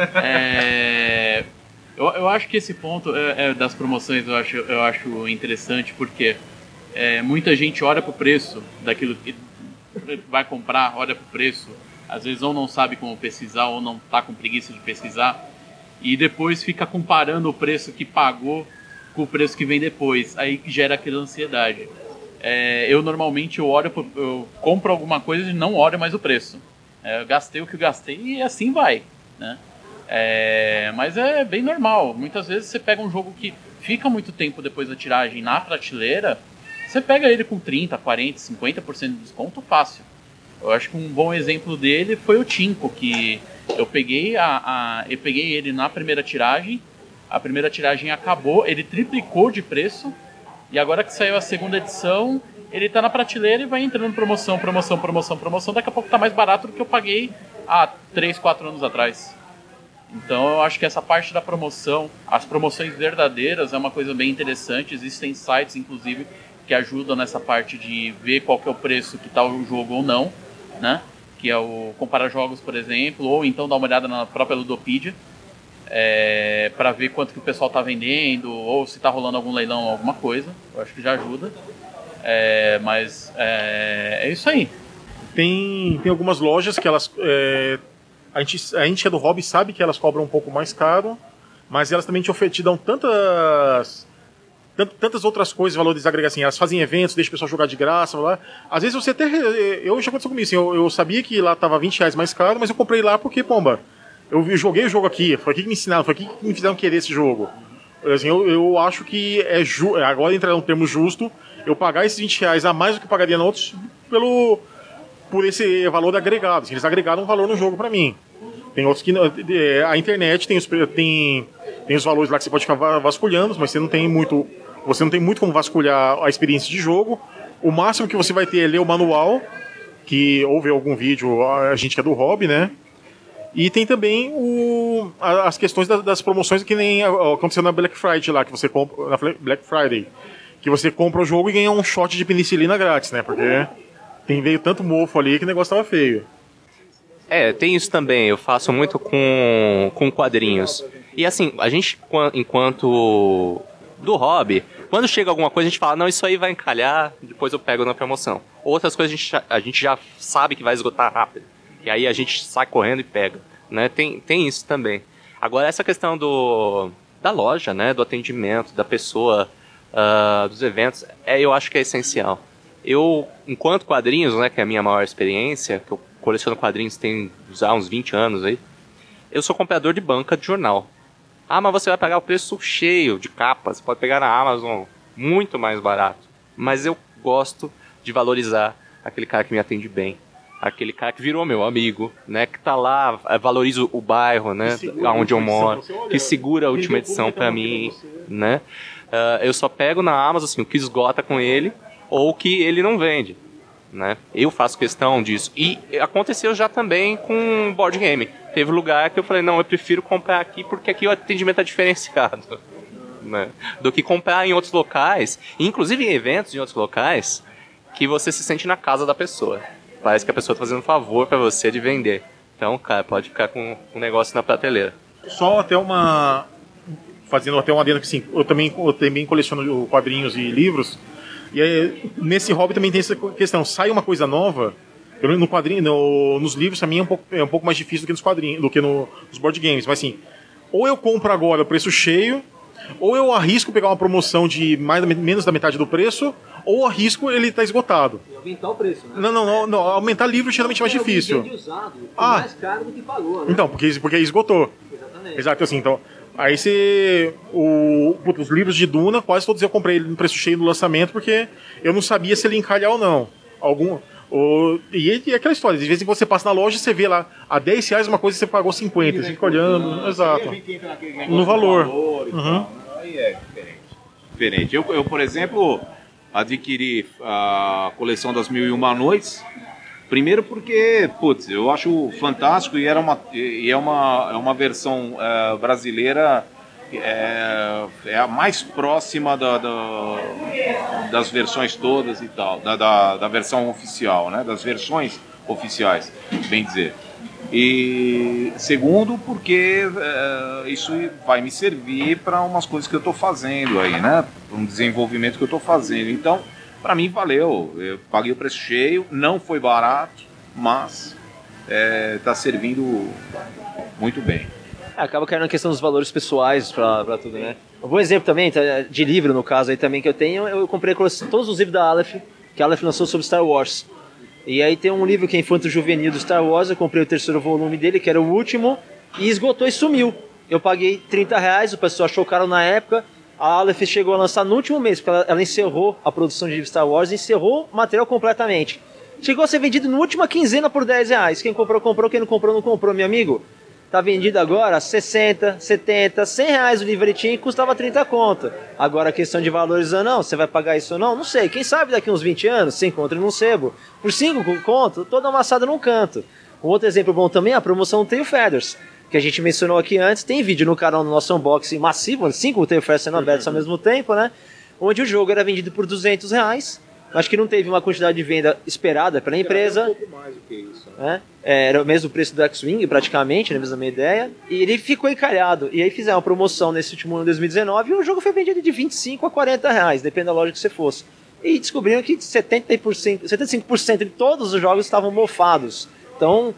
B: Eu acho que esse ponto das promoções eu acho interessante, porque muita gente olha pro preço daquilo que vai comprar, olha pro preço, às vezes ou não sabe como pesquisar ou não tá com preguiça de pesquisar e depois fica comparando o preço que pagou com o preço que vem depois, aí gera aquela ansiedade. Eu normalmente eu compro alguma coisa e não olho mais o preço. Eu gastei o que eu gastei e assim vai, né? Mas é bem normal. Muitas vezes você pega um jogo que fica muito tempo depois da tiragem na prateleira, você pega ele com 30%, 40%, 50% de desconto fácil. Eu acho que um bom exemplo dele foi o Tinko, que eu peguei eu peguei ele na primeira tiragem, a primeira tiragem acabou, ele triplicou de preço, e agora que saiu a segunda edição, ele tá na prateleira e vai entrando promoção, daqui a pouco tá mais barato do que eu paguei há 3, 4 anos atrás. Então eu acho que essa parte da promoção, as promoções verdadeiras é uma coisa bem interessante, existem sites inclusive que ajudam nessa parte de ver qual que é o preço que está o jogo ou não, né? Que é o Comparar Jogos, por exemplo, ou então dar uma olhada na própria Ludopedia, para ver quanto que o pessoal está vendendo, ou se está rolando algum leilão, alguma coisa. Eu acho que já ajuda. Mas é isso aí.
D: Tem algumas lojas que elas... a gente é do hobby sabe que elas cobram um pouco mais caro, mas elas também te dão tantas outras coisas, valor desagregar assim, elas fazem eventos, deixam o pessoal jogar de graça, lá. Às vezes você até, eu já aconteceu comigo, assim, eu sabia que lá tava R$20 mais caro, mas eu comprei lá porque, pomba, eu joguei o jogo aqui, foi aqui que me ensinaram, foi aqui que me fizeram querer esse jogo. Assim, eu acho que agora entrar um termo justo, eu pagar esses R$20 a mais do que eu pagaria em outros por esse valor agregado, assim, eles agregaram um valor no jogo pra mim. Tem outros que a internet tem os valores lá que você pode ficar vasculhando, mas você não tem muito como vasculhar a experiência de jogo. O máximo que você vai ter é ler o manual, que ou ver algum vídeo, a gente que é do hobby, né? E tem também as questões das promoções que nem aconteceu na Black Friday lá, que você compra na Black Friday, que você compra o jogo e ganha um shot de penicilina grátis, né? Porque veio tanto mofo ali que o negócio tava feio.
E: Tem isso também, eu faço muito com quadrinhos. E assim, a gente, enquanto do hobby, quando chega alguma coisa a gente fala, não, isso aí vai encalhar, depois eu pego na promoção. Outras coisas a gente já sabe que vai esgotar rápido. E aí a gente sai correndo e pega, né? Tem isso também. Agora, essa questão da loja, né? Do atendimento, da pessoa, dos eventos, eu acho que é essencial. Eu, enquanto quadrinhos, né? Que é a minha maior experiência, que eu coleciono quadrinhos tem já uns 20 anos aí, eu sou comprador de banca de jornal. Ah, mas você vai pagar o preço cheio de capa, você pode pegar na Amazon muito mais barato. Mas eu gosto de valorizar aquele cara que me atende bem. Aquele cara que virou meu amigo, né? Que tá lá, valoriza o bairro, né? Onde eu moro, que segura a última edição pra mim, né? Eu só pego na Amazon, assim, o que esgota com ele, ou o que ele não vende, né? Eu faço questão disso. E aconteceu já também com board game. Teve lugar que eu falei, não, eu prefiro comprar aqui porque aqui o atendimento é diferenciado, né? Do que comprar em outros locais, inclusive em eventos em outros locais, que você se sente na casa da pessoa. Parece que a pessoa está fazendo um favor para você de vender. Então, cara, pode ficar com um negócio na prateleira.
D: Só até fazendo até um adendo que sim, eu também coleciono quadrinhos e livros. E aí, nesse hobby também tem essa questão. Sai uma coisa nova, no quadrinho, nos livros pra mim é um pouco mais difícil do que nos quadrinhos, do que nos board games. Mas assim, ou eu compro agora o preço cheio, ou eu arrisco pegar uma promoção de menos da metade do preço, ou arrisco ele tá esgotado.
A: E aumentar o preço, né?
D: Não. Aumentar livro geralmente é mais difícil.
A: Usado, mais caro do que valor, né?
D: Então, porque esgotou.
A: Exatamente.
D: Exato, assim, então. Aí os livros de Duna, quase todos eu comprei no preço cheio no lançamento, porque eu não sabia se ele ia encalhar ou não. E aquela história, de vez em quando você passa na loja, você vê lá, a R$10 uma coisa que você pagou 50, você fica olhando, exato. No valor.
C: Uhum. Aí é diferente. Eu, por exemplo, adquiri a coleção das 1001 Noites. Primeiro porque, eu acho fantástico e é uma versão brasileira, é a mais próxima das versões todas e tal, da versão oficial, né? Das versões oficiais, bem dizer. E segundo porque isso vai me servir para umas coisas que eu estou fazendo aí, né? Para um desenvolvimento que eu estou fazendo. Então, para mim valeu, eu paguei o preço cheio, não foi barato, mas está servindo muito bem.
A: Acaba caindo na questão dos valores pessoais para tudo, né? Um bom exemplo também, de livro no caso aí também que eu tenho, eu comprei todos os livros da Aleph, que a Aleph lançou sobre Star Wars. E aí tem um livro que é Infanto Juvenil do Star Wars, eu comprei o 3º volume dele, que era o último, e esgotou e sumiu. Eu paguei R$30, o pessoal achou caro na época. A Aleph chegou a lançar no último mês, porque ela encerrou a produção de Star Wars, encerrou o material completamente. Chegou a ser vendido na última quinzena por R$10. Quem comprou, comprou. Quem não comprou, não comprou, meu amigo. Tá vendido agora a 60, 70, R$100 o livretinho e custava 30 conto. Agora a questão de valores ou não, você vai pagar isso ou não? Não sei. Quem sabe daqui uns 20 anos, você encontra num sebo. Por 5 conto, toda amassada num canto. Um outro exemplo bom também é a promoção do Tail Feathers, que a gente mencionou aqui antes. Tem vídeo no canal no nosso unboxing massivo, 5 Tail Feathers sendo abertos ao mesmo tempo, né? Onde o jogo era vendido por R$200. Acho que não teve uma quantidade de venda esperada pela empresa.
C: Era um pouco mais do que isso,
A: né? Era o mesmo preço do X-Wing, praticamente, na mesma ideia. E ele ficou encalhado. E aí fizeram uma promoção nesse último ano de 2019 e o jogo foi vendido de R$25 a R$40, depende da loja que você fosse. E descobriram que 75% de todos os jogos estavam mofados. Então,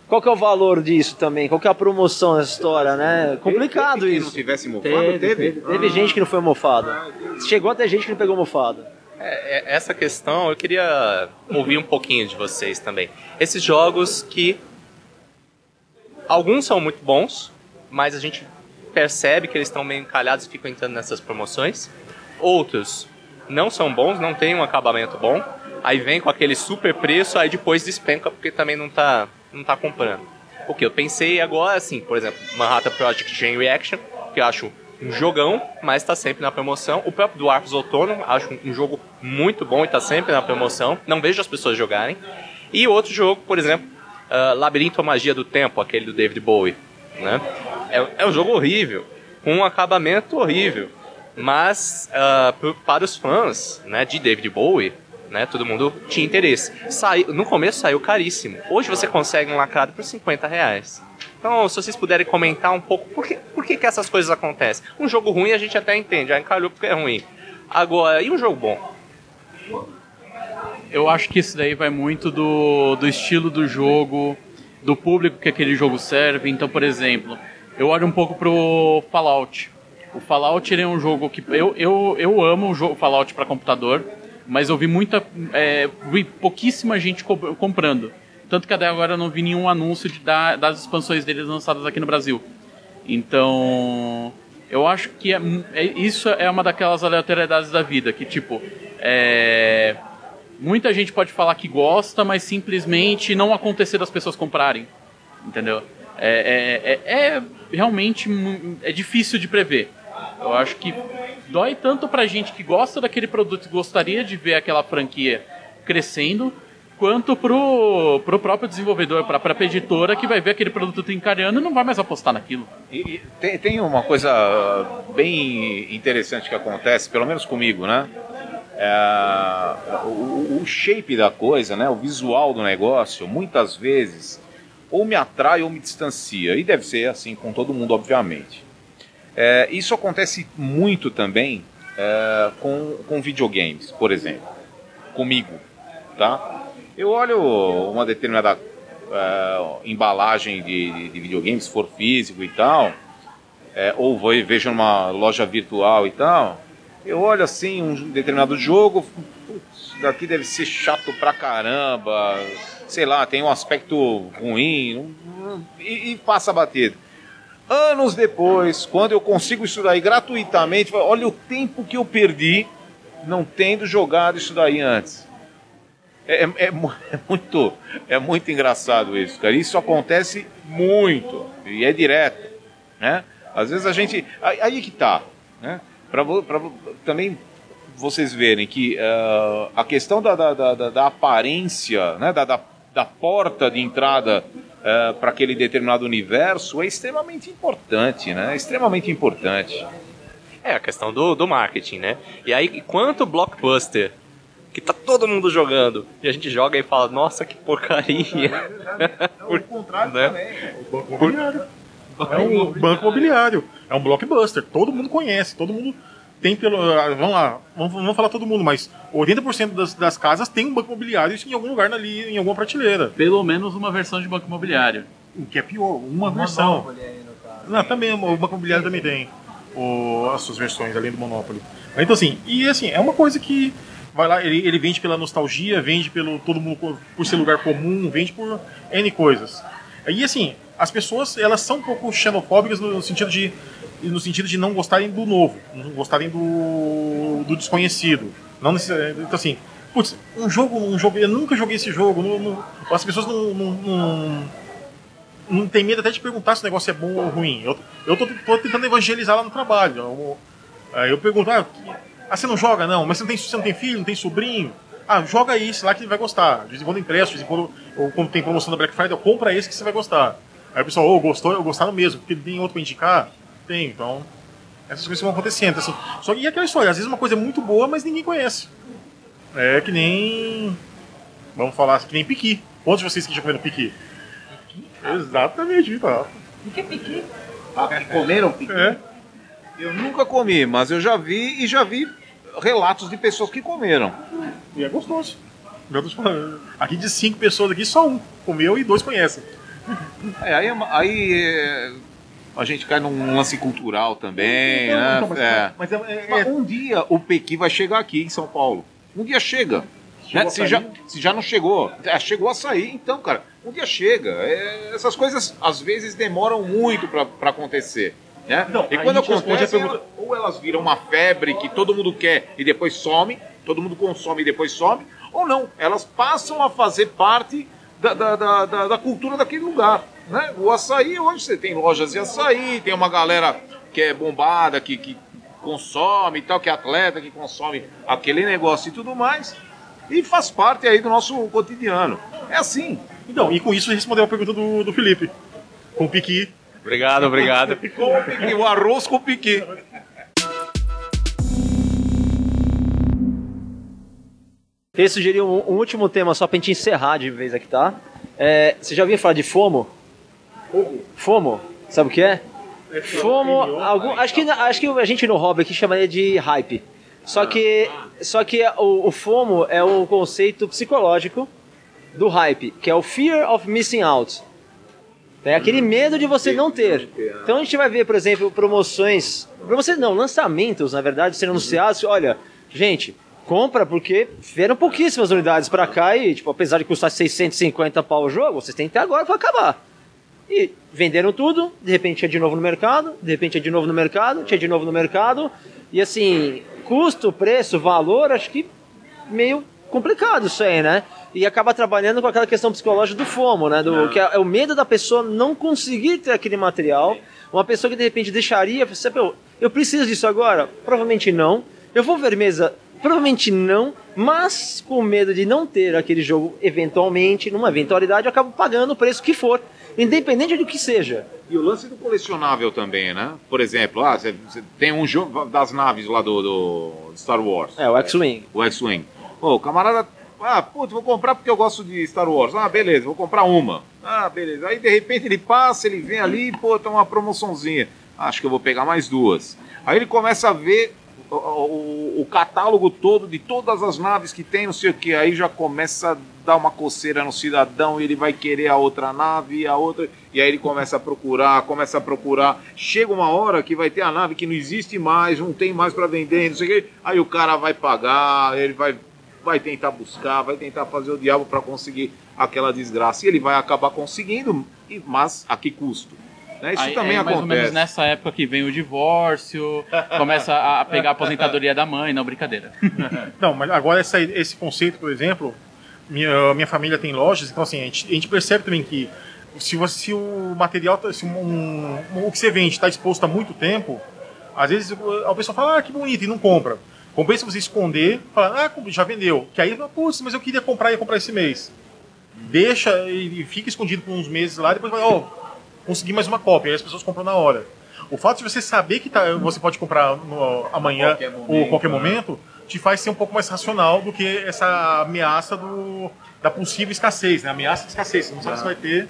A: Qual que é o valor disso também? Qual que é a promoção nessa história, né? Complicado
C: Teve quem
A: isso.
C: não tivesse mofado?
A: Teve gente que não foi mofada. Chegou até gente que não pegou mofada.
E: Essa questão eu queria ouvir um pouquinho de vocês também. Esses jogos que alguns são muito bons, mas a gente percebe que eles estão meio encalhados e ficam entrando nessas promoções. Outros não são bons, não tem um acabamento bom. Aí vem com aquele super preço, aí depois despenca porque também não tá comprando. O que eu pensei agora, assim, por exemplo, Manhattan Project Chain Reaction, que eu acho um jogão, mas está sempre na promoção. O próprio Dwarfs Autumn, acho um jogo muito bom e está sempre na promoção. Não vejo as pessoas jogarem. E outro jogo, por exemplo, Labirinto ou Magia do Tempo, aquele do David Bowie, né? É um jogo horrível, com um acabamento horrível. Mas para os fãs, né, de David Bowie, né, todo mundo tinha interesse. No começo saiu caríssimo. Hoje você consegue um lacrado por R$50. Então, se vocês puderem comentar um pouco, por que essas coisas acontecem? Um jogo ruim a gente até entende, já encalhou porque é ruim. Agora, e um jogo bom?
B: Eu acho que isso daí vai muito do estilo do jogo, do público que aquele jogo serve. Então, por exemplo, eu olho um pouco pro Fallout. O Fallout ele é um jogo que... Eu amo o jogo Fallout para computador, mas eu vi pouquíssima gente comprando. Tanto que até agora eu não vi nenhum anúncio das expansões deles lançadas aqui no Brasil. Então, eu acho que isso é uma daquelas aleatoriedades da vida, que tipo, muita gente pode falar que gosta, mas simplesmente não acontecer das pessoas comprarem, entendeu? Realmente é difícil de prever. Eu acho que dói tanto pra gente que gosta daquele produto e gostaria de ver aquela franquia crescendo, quanto pro próprio desenvolvedor, pra própria editora que vai ver aquele produto trincalhando e não vai mais apostar naquilo.
C: E tem uma coisa bem interessante que acontece, pelo menos comigo, né? O shape da coisa, né? O visual do negócio, muitas vezes, ou me atrai ou me distancia. E deve ser assim com todo mundo, obviamente. Isso acontece muito também com videogames, por exemplo. Comigo, tá? Eu olho uma determinada embalagem de videogame, se for físico e tal, ou vejo numa loja virtual e tal, eu olho assim um determinado jogo, isso daqui deve ser chato pra caramba, sei lá, tem um aspecto ruim, e passa batido. Anos depois, quando eu consigo isso daí gratuitamente, olha o tempo que eu perdi não tendo jogado isso daí antes. É muito engraçado isso, cara. Isso acontece muito e é direto, né? Às vezes a gente... Aí que tá, né? Pra também vocês verem que a questão da aparência, né? Da porta de entrada para aquele determinado universo é extremamente importante, né? É extremamente importante.
E: É a questão do marketing, né? E aí, quanto blockbuster que tá todo mundo jogando e a gente joga e fala, nossa, que porcaria.
D: O contrário
E: né?
D: também. O banco imobiliário. É um banco imobiliário. É um blockbuster. Todo mundo conhece. Todo mundo tem pelo... Vamos lá. Vamos falar todo mundo, mas 80% das casas tem um banco imobiliário em algum lugar ali, em alguma prateleira.
B: Pelo menos uma versão de banco imobiliário.
D: O que é pior, uma versão. Não, também, o banco imobiliário também tem as suas versões, além do Monopoly. Então assim, é uma coisa que vai lá, ele vende pela nostalgia, vende pelo todo mundo por ser lugar comum, vende por N coisas. E assim, as pessoas, elas são um pouco xenofóbicas no sentido de não gostarem do novo, não gostarem do desconhecido. Não necessariamente, então assim, putz, um jogo, eu nunca joguei esse jogo, as pessoas não tem medo até de perguntar se o negócio é bom ou ruim. Eu tô tentando evangelizar lá no trabalho. Eu pergunto, você não joga? Não, mas você não tem filho, não tem sobrinho? Joga esse lá que ele vai gostar. De vez em quando empresto, de vez em quando, ou quando tem promoção da Black Friday, compra esse que você vai gostar. Aí o pessoal, gostou, eu gostaram mesmo, porque tem outro pra indicar? Tem, então essas coisas vão acontecendo. Assim. Só que e aquela história, às vezes uma coisa é muito boa, mas ninguém conhece. É que nem, vamos falar, que nem piqui. Quantos de vocês que já comeram piqui? Exatamente, Vitor.
F: O que é piqui? Comeram piqui?
C: Eu nunca comi, mas eu já vi relatos de pessoas que comeram.
D: E é gostoso. Aqui de 5 pessoas aqui, só um comeu e 2 conhecem.
C: A gente cai num lance cultural também, né?
D: Mas
C: Mas um dia o Pequi vai chegar aqui em São Paulo. Um dia chega. Né? Se já não chegou. Chegou a sair, então, cara, um dia chega. Essas coisas às vezes demoram muito para acontecer. Né?
D: Não,
C: e quando acontece,
D: pergunta...
C: ou elas viram uma febre que todo mundo quer e depois some, todo mundo consome e depois some, ou não, elas passam a fazer parte da cultura daquele lugar. Né? O açaí, hoje você tem lojas de açaí, tem uma galera que é bombada, que consome e tal, que é atleta, que consome aquele negócio e tudo mais, e faz parte aí do nosso cotidiano. É assim.
D: Então, e com isso respondeu a pergunta do Felipe, com o Pequi.
E: Obrigado.
C: Com o Pequi, o arroz com o Pequi.
A: Queria sugerir um último tema só pra gente encerrar de vez aqui, tá? Você já ouviu falar de FOMO? FOMO? Sabe o que é? FOMO, acho que a gente no hobby aqui chamaria de hype. Só que o FOMO é o conceito psicológico do hype, que é o Fear of Missing Out. É aquele medo de você não ter. Então a gente vai ver, por exemplo, lançamentos, na verdade, sendo anunciados. Olha, gente, compra porque vieram pouquíssimas unidades para cá e, tipo, apesar de custar 650 pau o jogo, vocês têm que ter agora para acabar. E venderam tudo, de repente tinha de novo no mercado, de repente tinha de novo no mercado, tinha de novo no mercado. E assim, custo, preço, valor, acho que meio complicado isso aí, né? E acaba trabalhando com aquela questão psicológica do FOMO, né? Que é o medo da pessoa não conseguir ter aquele material. Uma pessoa que de repente deixaria, eu preciso disso agora? Provavelmente não. Eu vou ver mesa? Provavelmente não. Mas com medo de não ter aquele jogo eventualmente, numa eventualidade, eu acabo pagando o preço que for, independente do que seja.
C: E o lance do colecionável também, né? Por exemplo, você tem um jogo das naves lá do Star Wars.
A: O X-Wing.
C: O X-Wing. O camarada, vou comprar porque eu gosto de Star Wars. Beleza, vou comprar uma. Beleza. Aí de repente ele passa, ele vem ali, tem uma promoçãozinha. Acho que eu vou pegar mais duas. Aí ele começa a ver o catálogo todo de todas as naves que tem, não sei o que. Aí já começa a dar uma coceira no cidadão e ele vai querer a outra nave e a outra. E aí ele começa a procurar. Chega uma hora que vai ter a nave que não existe mais, não tem mais para vender, não sei o que. Aí o cara vai pagar, ele vai tentar buscar, vai tentar fazer o diabo para conseguir aquela desgraça. E ele vai acabar conseguindo, mas a que custo? Né? Isso também acontece.
B: Mais ou menos nessa época que vem o divórcio, começa a pegar a aposentadoria da mãe, não, brincadeira.
D: Não, mas agora esse conceito, por exemplo, minha família tem lojas, então assim, a gente percebe também que se o material, o que você vende está exposto há muito tempo, às vezes a pessoa fala, que bonito, e não compra. Compensa você esconder, falar, já vendeu. Que aí, putz, mas eu queria comprar, ia comprar esse mês. Deixa e fica escondido por uns meses lá, depois vai, consegui mais uma cópia, aí as pessoas compram na hora. O fato de você saber que você pode comprar amanhã ou qualquer momento, te faz ser um pouco mais racional do que essa ameaça da possível escassez, né? Ameaça de escassez, você não sabe se vai ter.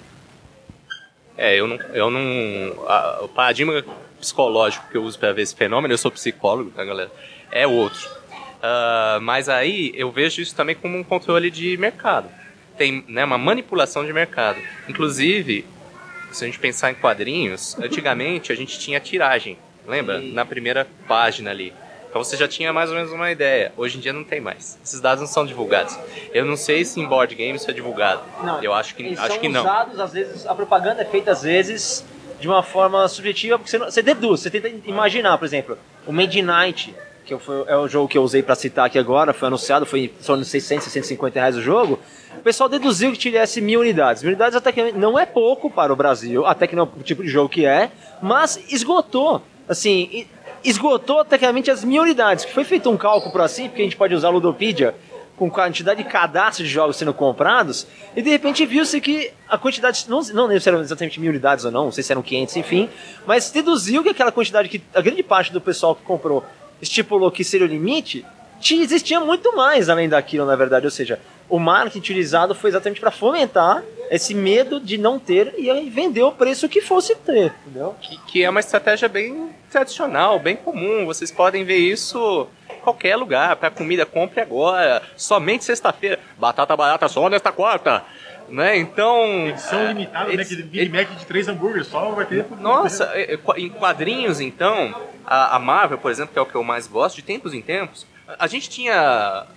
E: O paradigma psicológico que eu uso para ver esse fenômeno, eu sou psicólogo, tá, galera? É outro. Mas aí eu vejo isso também como um controle de mercado. Tem, né, uma manipulação de mercado. Inclusive, se a gente pensar em quadrinhos, antigamente a gente tinha tiragem, lembra? Na primeira página ali. Então você já tinha mais ou menos uma ideia. Hoje em dia não tem mais. Esses dados não são divulgados. Eu não sei se em board game isso é divulgado. Não, eu acho que não.
A: São usados, às vezes, a propaganda é feita às vezes de uma forma subjetiva, porque você deduz, você tenta imaginar, por exemplo, o Made in Night, que é o jogo que eu usei para citar aqui agora, foi anunciado, foi em torno de 600, 650 reais o jogo. O pessoal deduziu que tivesse 1.000 unidades. 1.000 unidades até que não é pouco para o Brasil, até que não é o tipo de jogo que é, mas esgotou. Assim, esgotou tecnicamente as 1.000 unidades. Que foi feito um cálculo por assim, porque a gente pode usar a Ludopedia com quantidade de cadastros de jogos sendo comprados, e de repente viu-se que a quantidade, não lembro se eram exatamente 1.000 unidades ou não sei se eram 500, enfim, mas deduziu que aquela quantidade que a grande parte do pessoal que comprou estipulou que seria o limite, existia muito mais além daquilo, na verdade. Ou seja, o marketing utilizado foi exatamente para fomentar esse medo de não ter e aí vender o preço que fosse ter, entendeu?
E: Que é uma estratégia bem tradicional, bem comum. Vocês podem ver isso qualquer lugar, pra comida, compre agora, somente sexta-feira. Batata barata só nesta quarta. Né? Então...
D: Edição limitada, né? Que Big Mac de 3 hambúrgueres só vai ter...
E: Nossa, em quadrinhos, então, a Marvel, por exemplo, que é o que eu mais gosto, de tempos em tempos, a gente tinha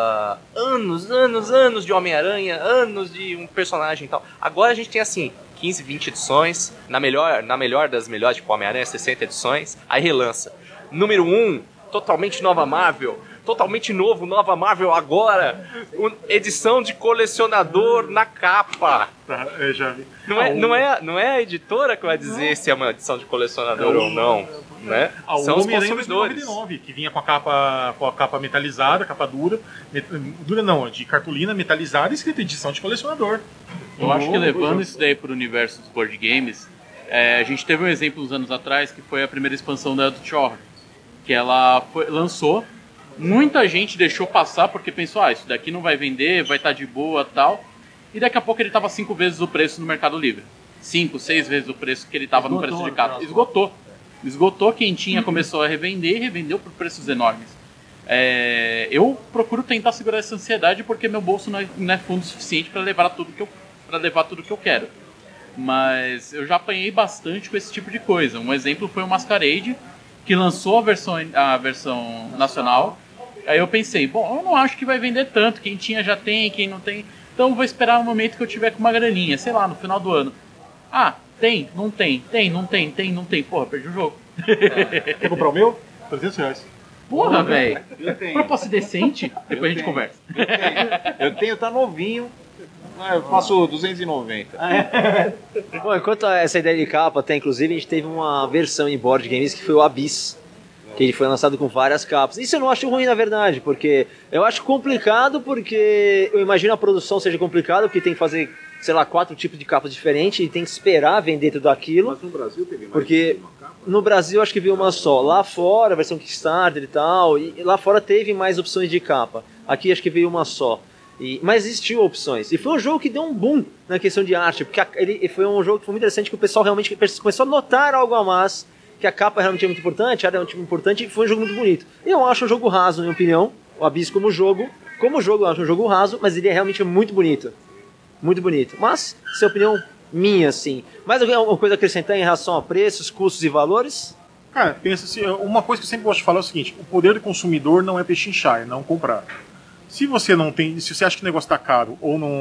E: anos de Homem-Aranha, anos de um personagem e tal. Agora a gente tem, assim, 15, 20 edições, na melhor das melhores, tipo Homem-Aranha, 60 edições, aí relança. Número 1, totalmente nova Marvel, totalmente novo, nova Marvel agora, edição de colecionador na capa.
D: Tá, eu já vi.
E: Não é a editora que vai dizer se é uma edição de colecionador ou não, né? São os consumidores.
D: 2099, que vinha com a capa metalizada, capa dura, dura não, de cartolina metalizada e escrita edição de colecionador.
B: Eu acho que levando isso daí para o universo dos board games, a gente teve um exemplo uns anos atrás que foi a primeira expansão da Eldritch Horror, que ela lançou. Muita gente deixou passar porque pensou, isso daqui não vai vender, vai estar de boa e tal. E daqui a pouco ele estava 5 vezes o preço no Mercado Livre. 5, 6 vezes o preço que ele estava no preço de carta. Esgotou, quem tinha começou a revender e revendeu por preços enormes. Eu procuro tentar segurar essa ansiedade porque meu bolso não é fundo suficiente para levar tudo que eu quero. Mas eu já apanhei bastante com esse tipo de coisa. Um exemplo foi o Masquerade, que lançou a versão nacional. Aí eu pensei, bom, eu não acho que vai vender tanto, quem tinha já tem, quem não tem, então eu vou esperar o momento que eu tiver com uma graninha, sei lá, no final do ano. Tem, não tem, porra, perdi o jogo.
D: Quer comprar o meu? R$300.
B: Porra, velho,
C: Eu tenho.
B: proposta decente, depois a gente
C: tenho.
B: conversa.
C: Eu tenho, tá novinho. Eu faço 290.
A: Bom, enquanto essa ideia de capa tem, inclusive, a gente teve uma versão em board games que foi o Abyss, que ele foi lançado com várias capas. Isso eu não acho ruim, na verdade, porque eu acho complicado, porque eu imagino a produção seja complicada, porque tem que fazer, sei lá, 4 tipos de capas diferentes e tem que esperar vender tudo aquilo.
C: Mas no Brasil teve mais
A: Porque
C: de uma capa?
A: no Brasil acho que veio uma só. Lá fora, a versão Kickstarter e tal, e lá fora teve mais opções de capa. Aqui acho que veio uma só. Mas existiu opções. E foi um jogo que deu um boom na questão de arte, porque ele foi um jogo que foi muito interessante, que o pessoal realmente começou a notar algo a mais, que a capa realmente é muito importante, a área é muito importante, e foi um jogo muito bonito. Eu acho um jogo raso, na minha opinião, o Abyss como jogo eu acho um jogo raso, mas ele é realmente muito bonito. Muito bonito. Mas, essa é a opinião minha, assim. Mais alguma coisa a acrescentar em relação a preços, custos e valores?
D: Cara, pensa assim, uma coisa que eu sempre gosto de falar é o seguinte: o poder do consumidor não é pechinchar, é não comprar. Se você não tem, se você acha que o negócio está caro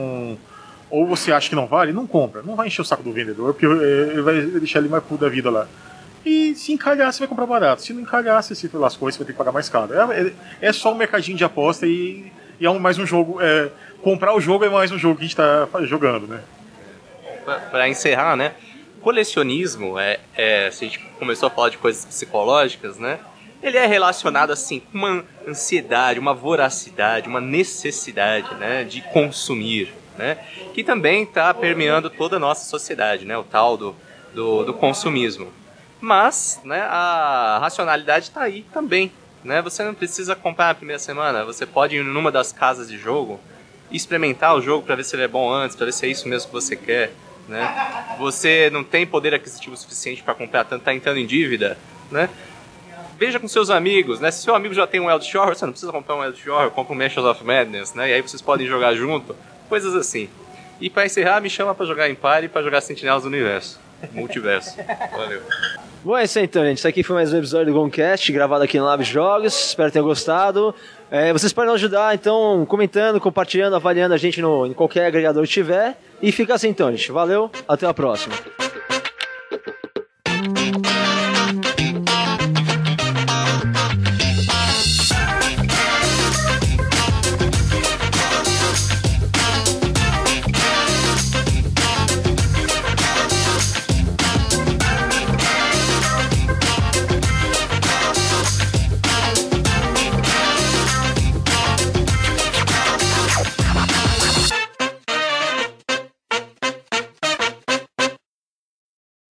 D: ou você acha que não vale, não compra. Não vai encher o saco do vendedor, porque ele vai deixar ele mais puto da vida lá. E se encalhar, você vai comprar barato. Se não encalhar, você se lascou, você vai ter que pagar mais caro. É só um mercadinho de aposta e é mais um jogo. Comprar o jogo é mais um jogo que a gente está jogando, né?
E: Para encerrar, né? Colecionismo, se a gente começou a falar de coisas psicológicas, né? Ele é relacionado assim com uma ansiedade, uma voracidade, uma necessidade, né, de consumir, né, que também está permeando toda a nossa sociedade, né, o tal do consumismo. Mas, né, a racionalidade está aí também, né? Você não precisa comprar na primeira semana, você pode ir numa das casas de jogo e experimentar o jogo para ver se ele é bom antes, para ver se é isso mesmo que você quer, né? Você não tem poder aquisitivo suficiente para comprar tanto, está entrando em dívida, né? Veja com seus amigos, né? Se seu amigo já tem um Eldritch Horror, você não precisa comprar um Eldritch Horror, compra um Mansions of Madness, né? E aí vocês podem jogar junto, coisas assim. E para encerrar, me chama para jogar em Party e para jogar Sentinelas do Universo, Multiverso. Valeu.
A: Bom, é isso aí então, gente. Isso aqui foi mais um episódio do Gomcast, gravado aqui no Lab Jogos. Espero que tenham gostado. Vocês podem nos ajudar, então, comentando, compartilhando, avaliando a gente em qualquer agregador que tiver. E fica assim então, gente. Valeu, até a próxima.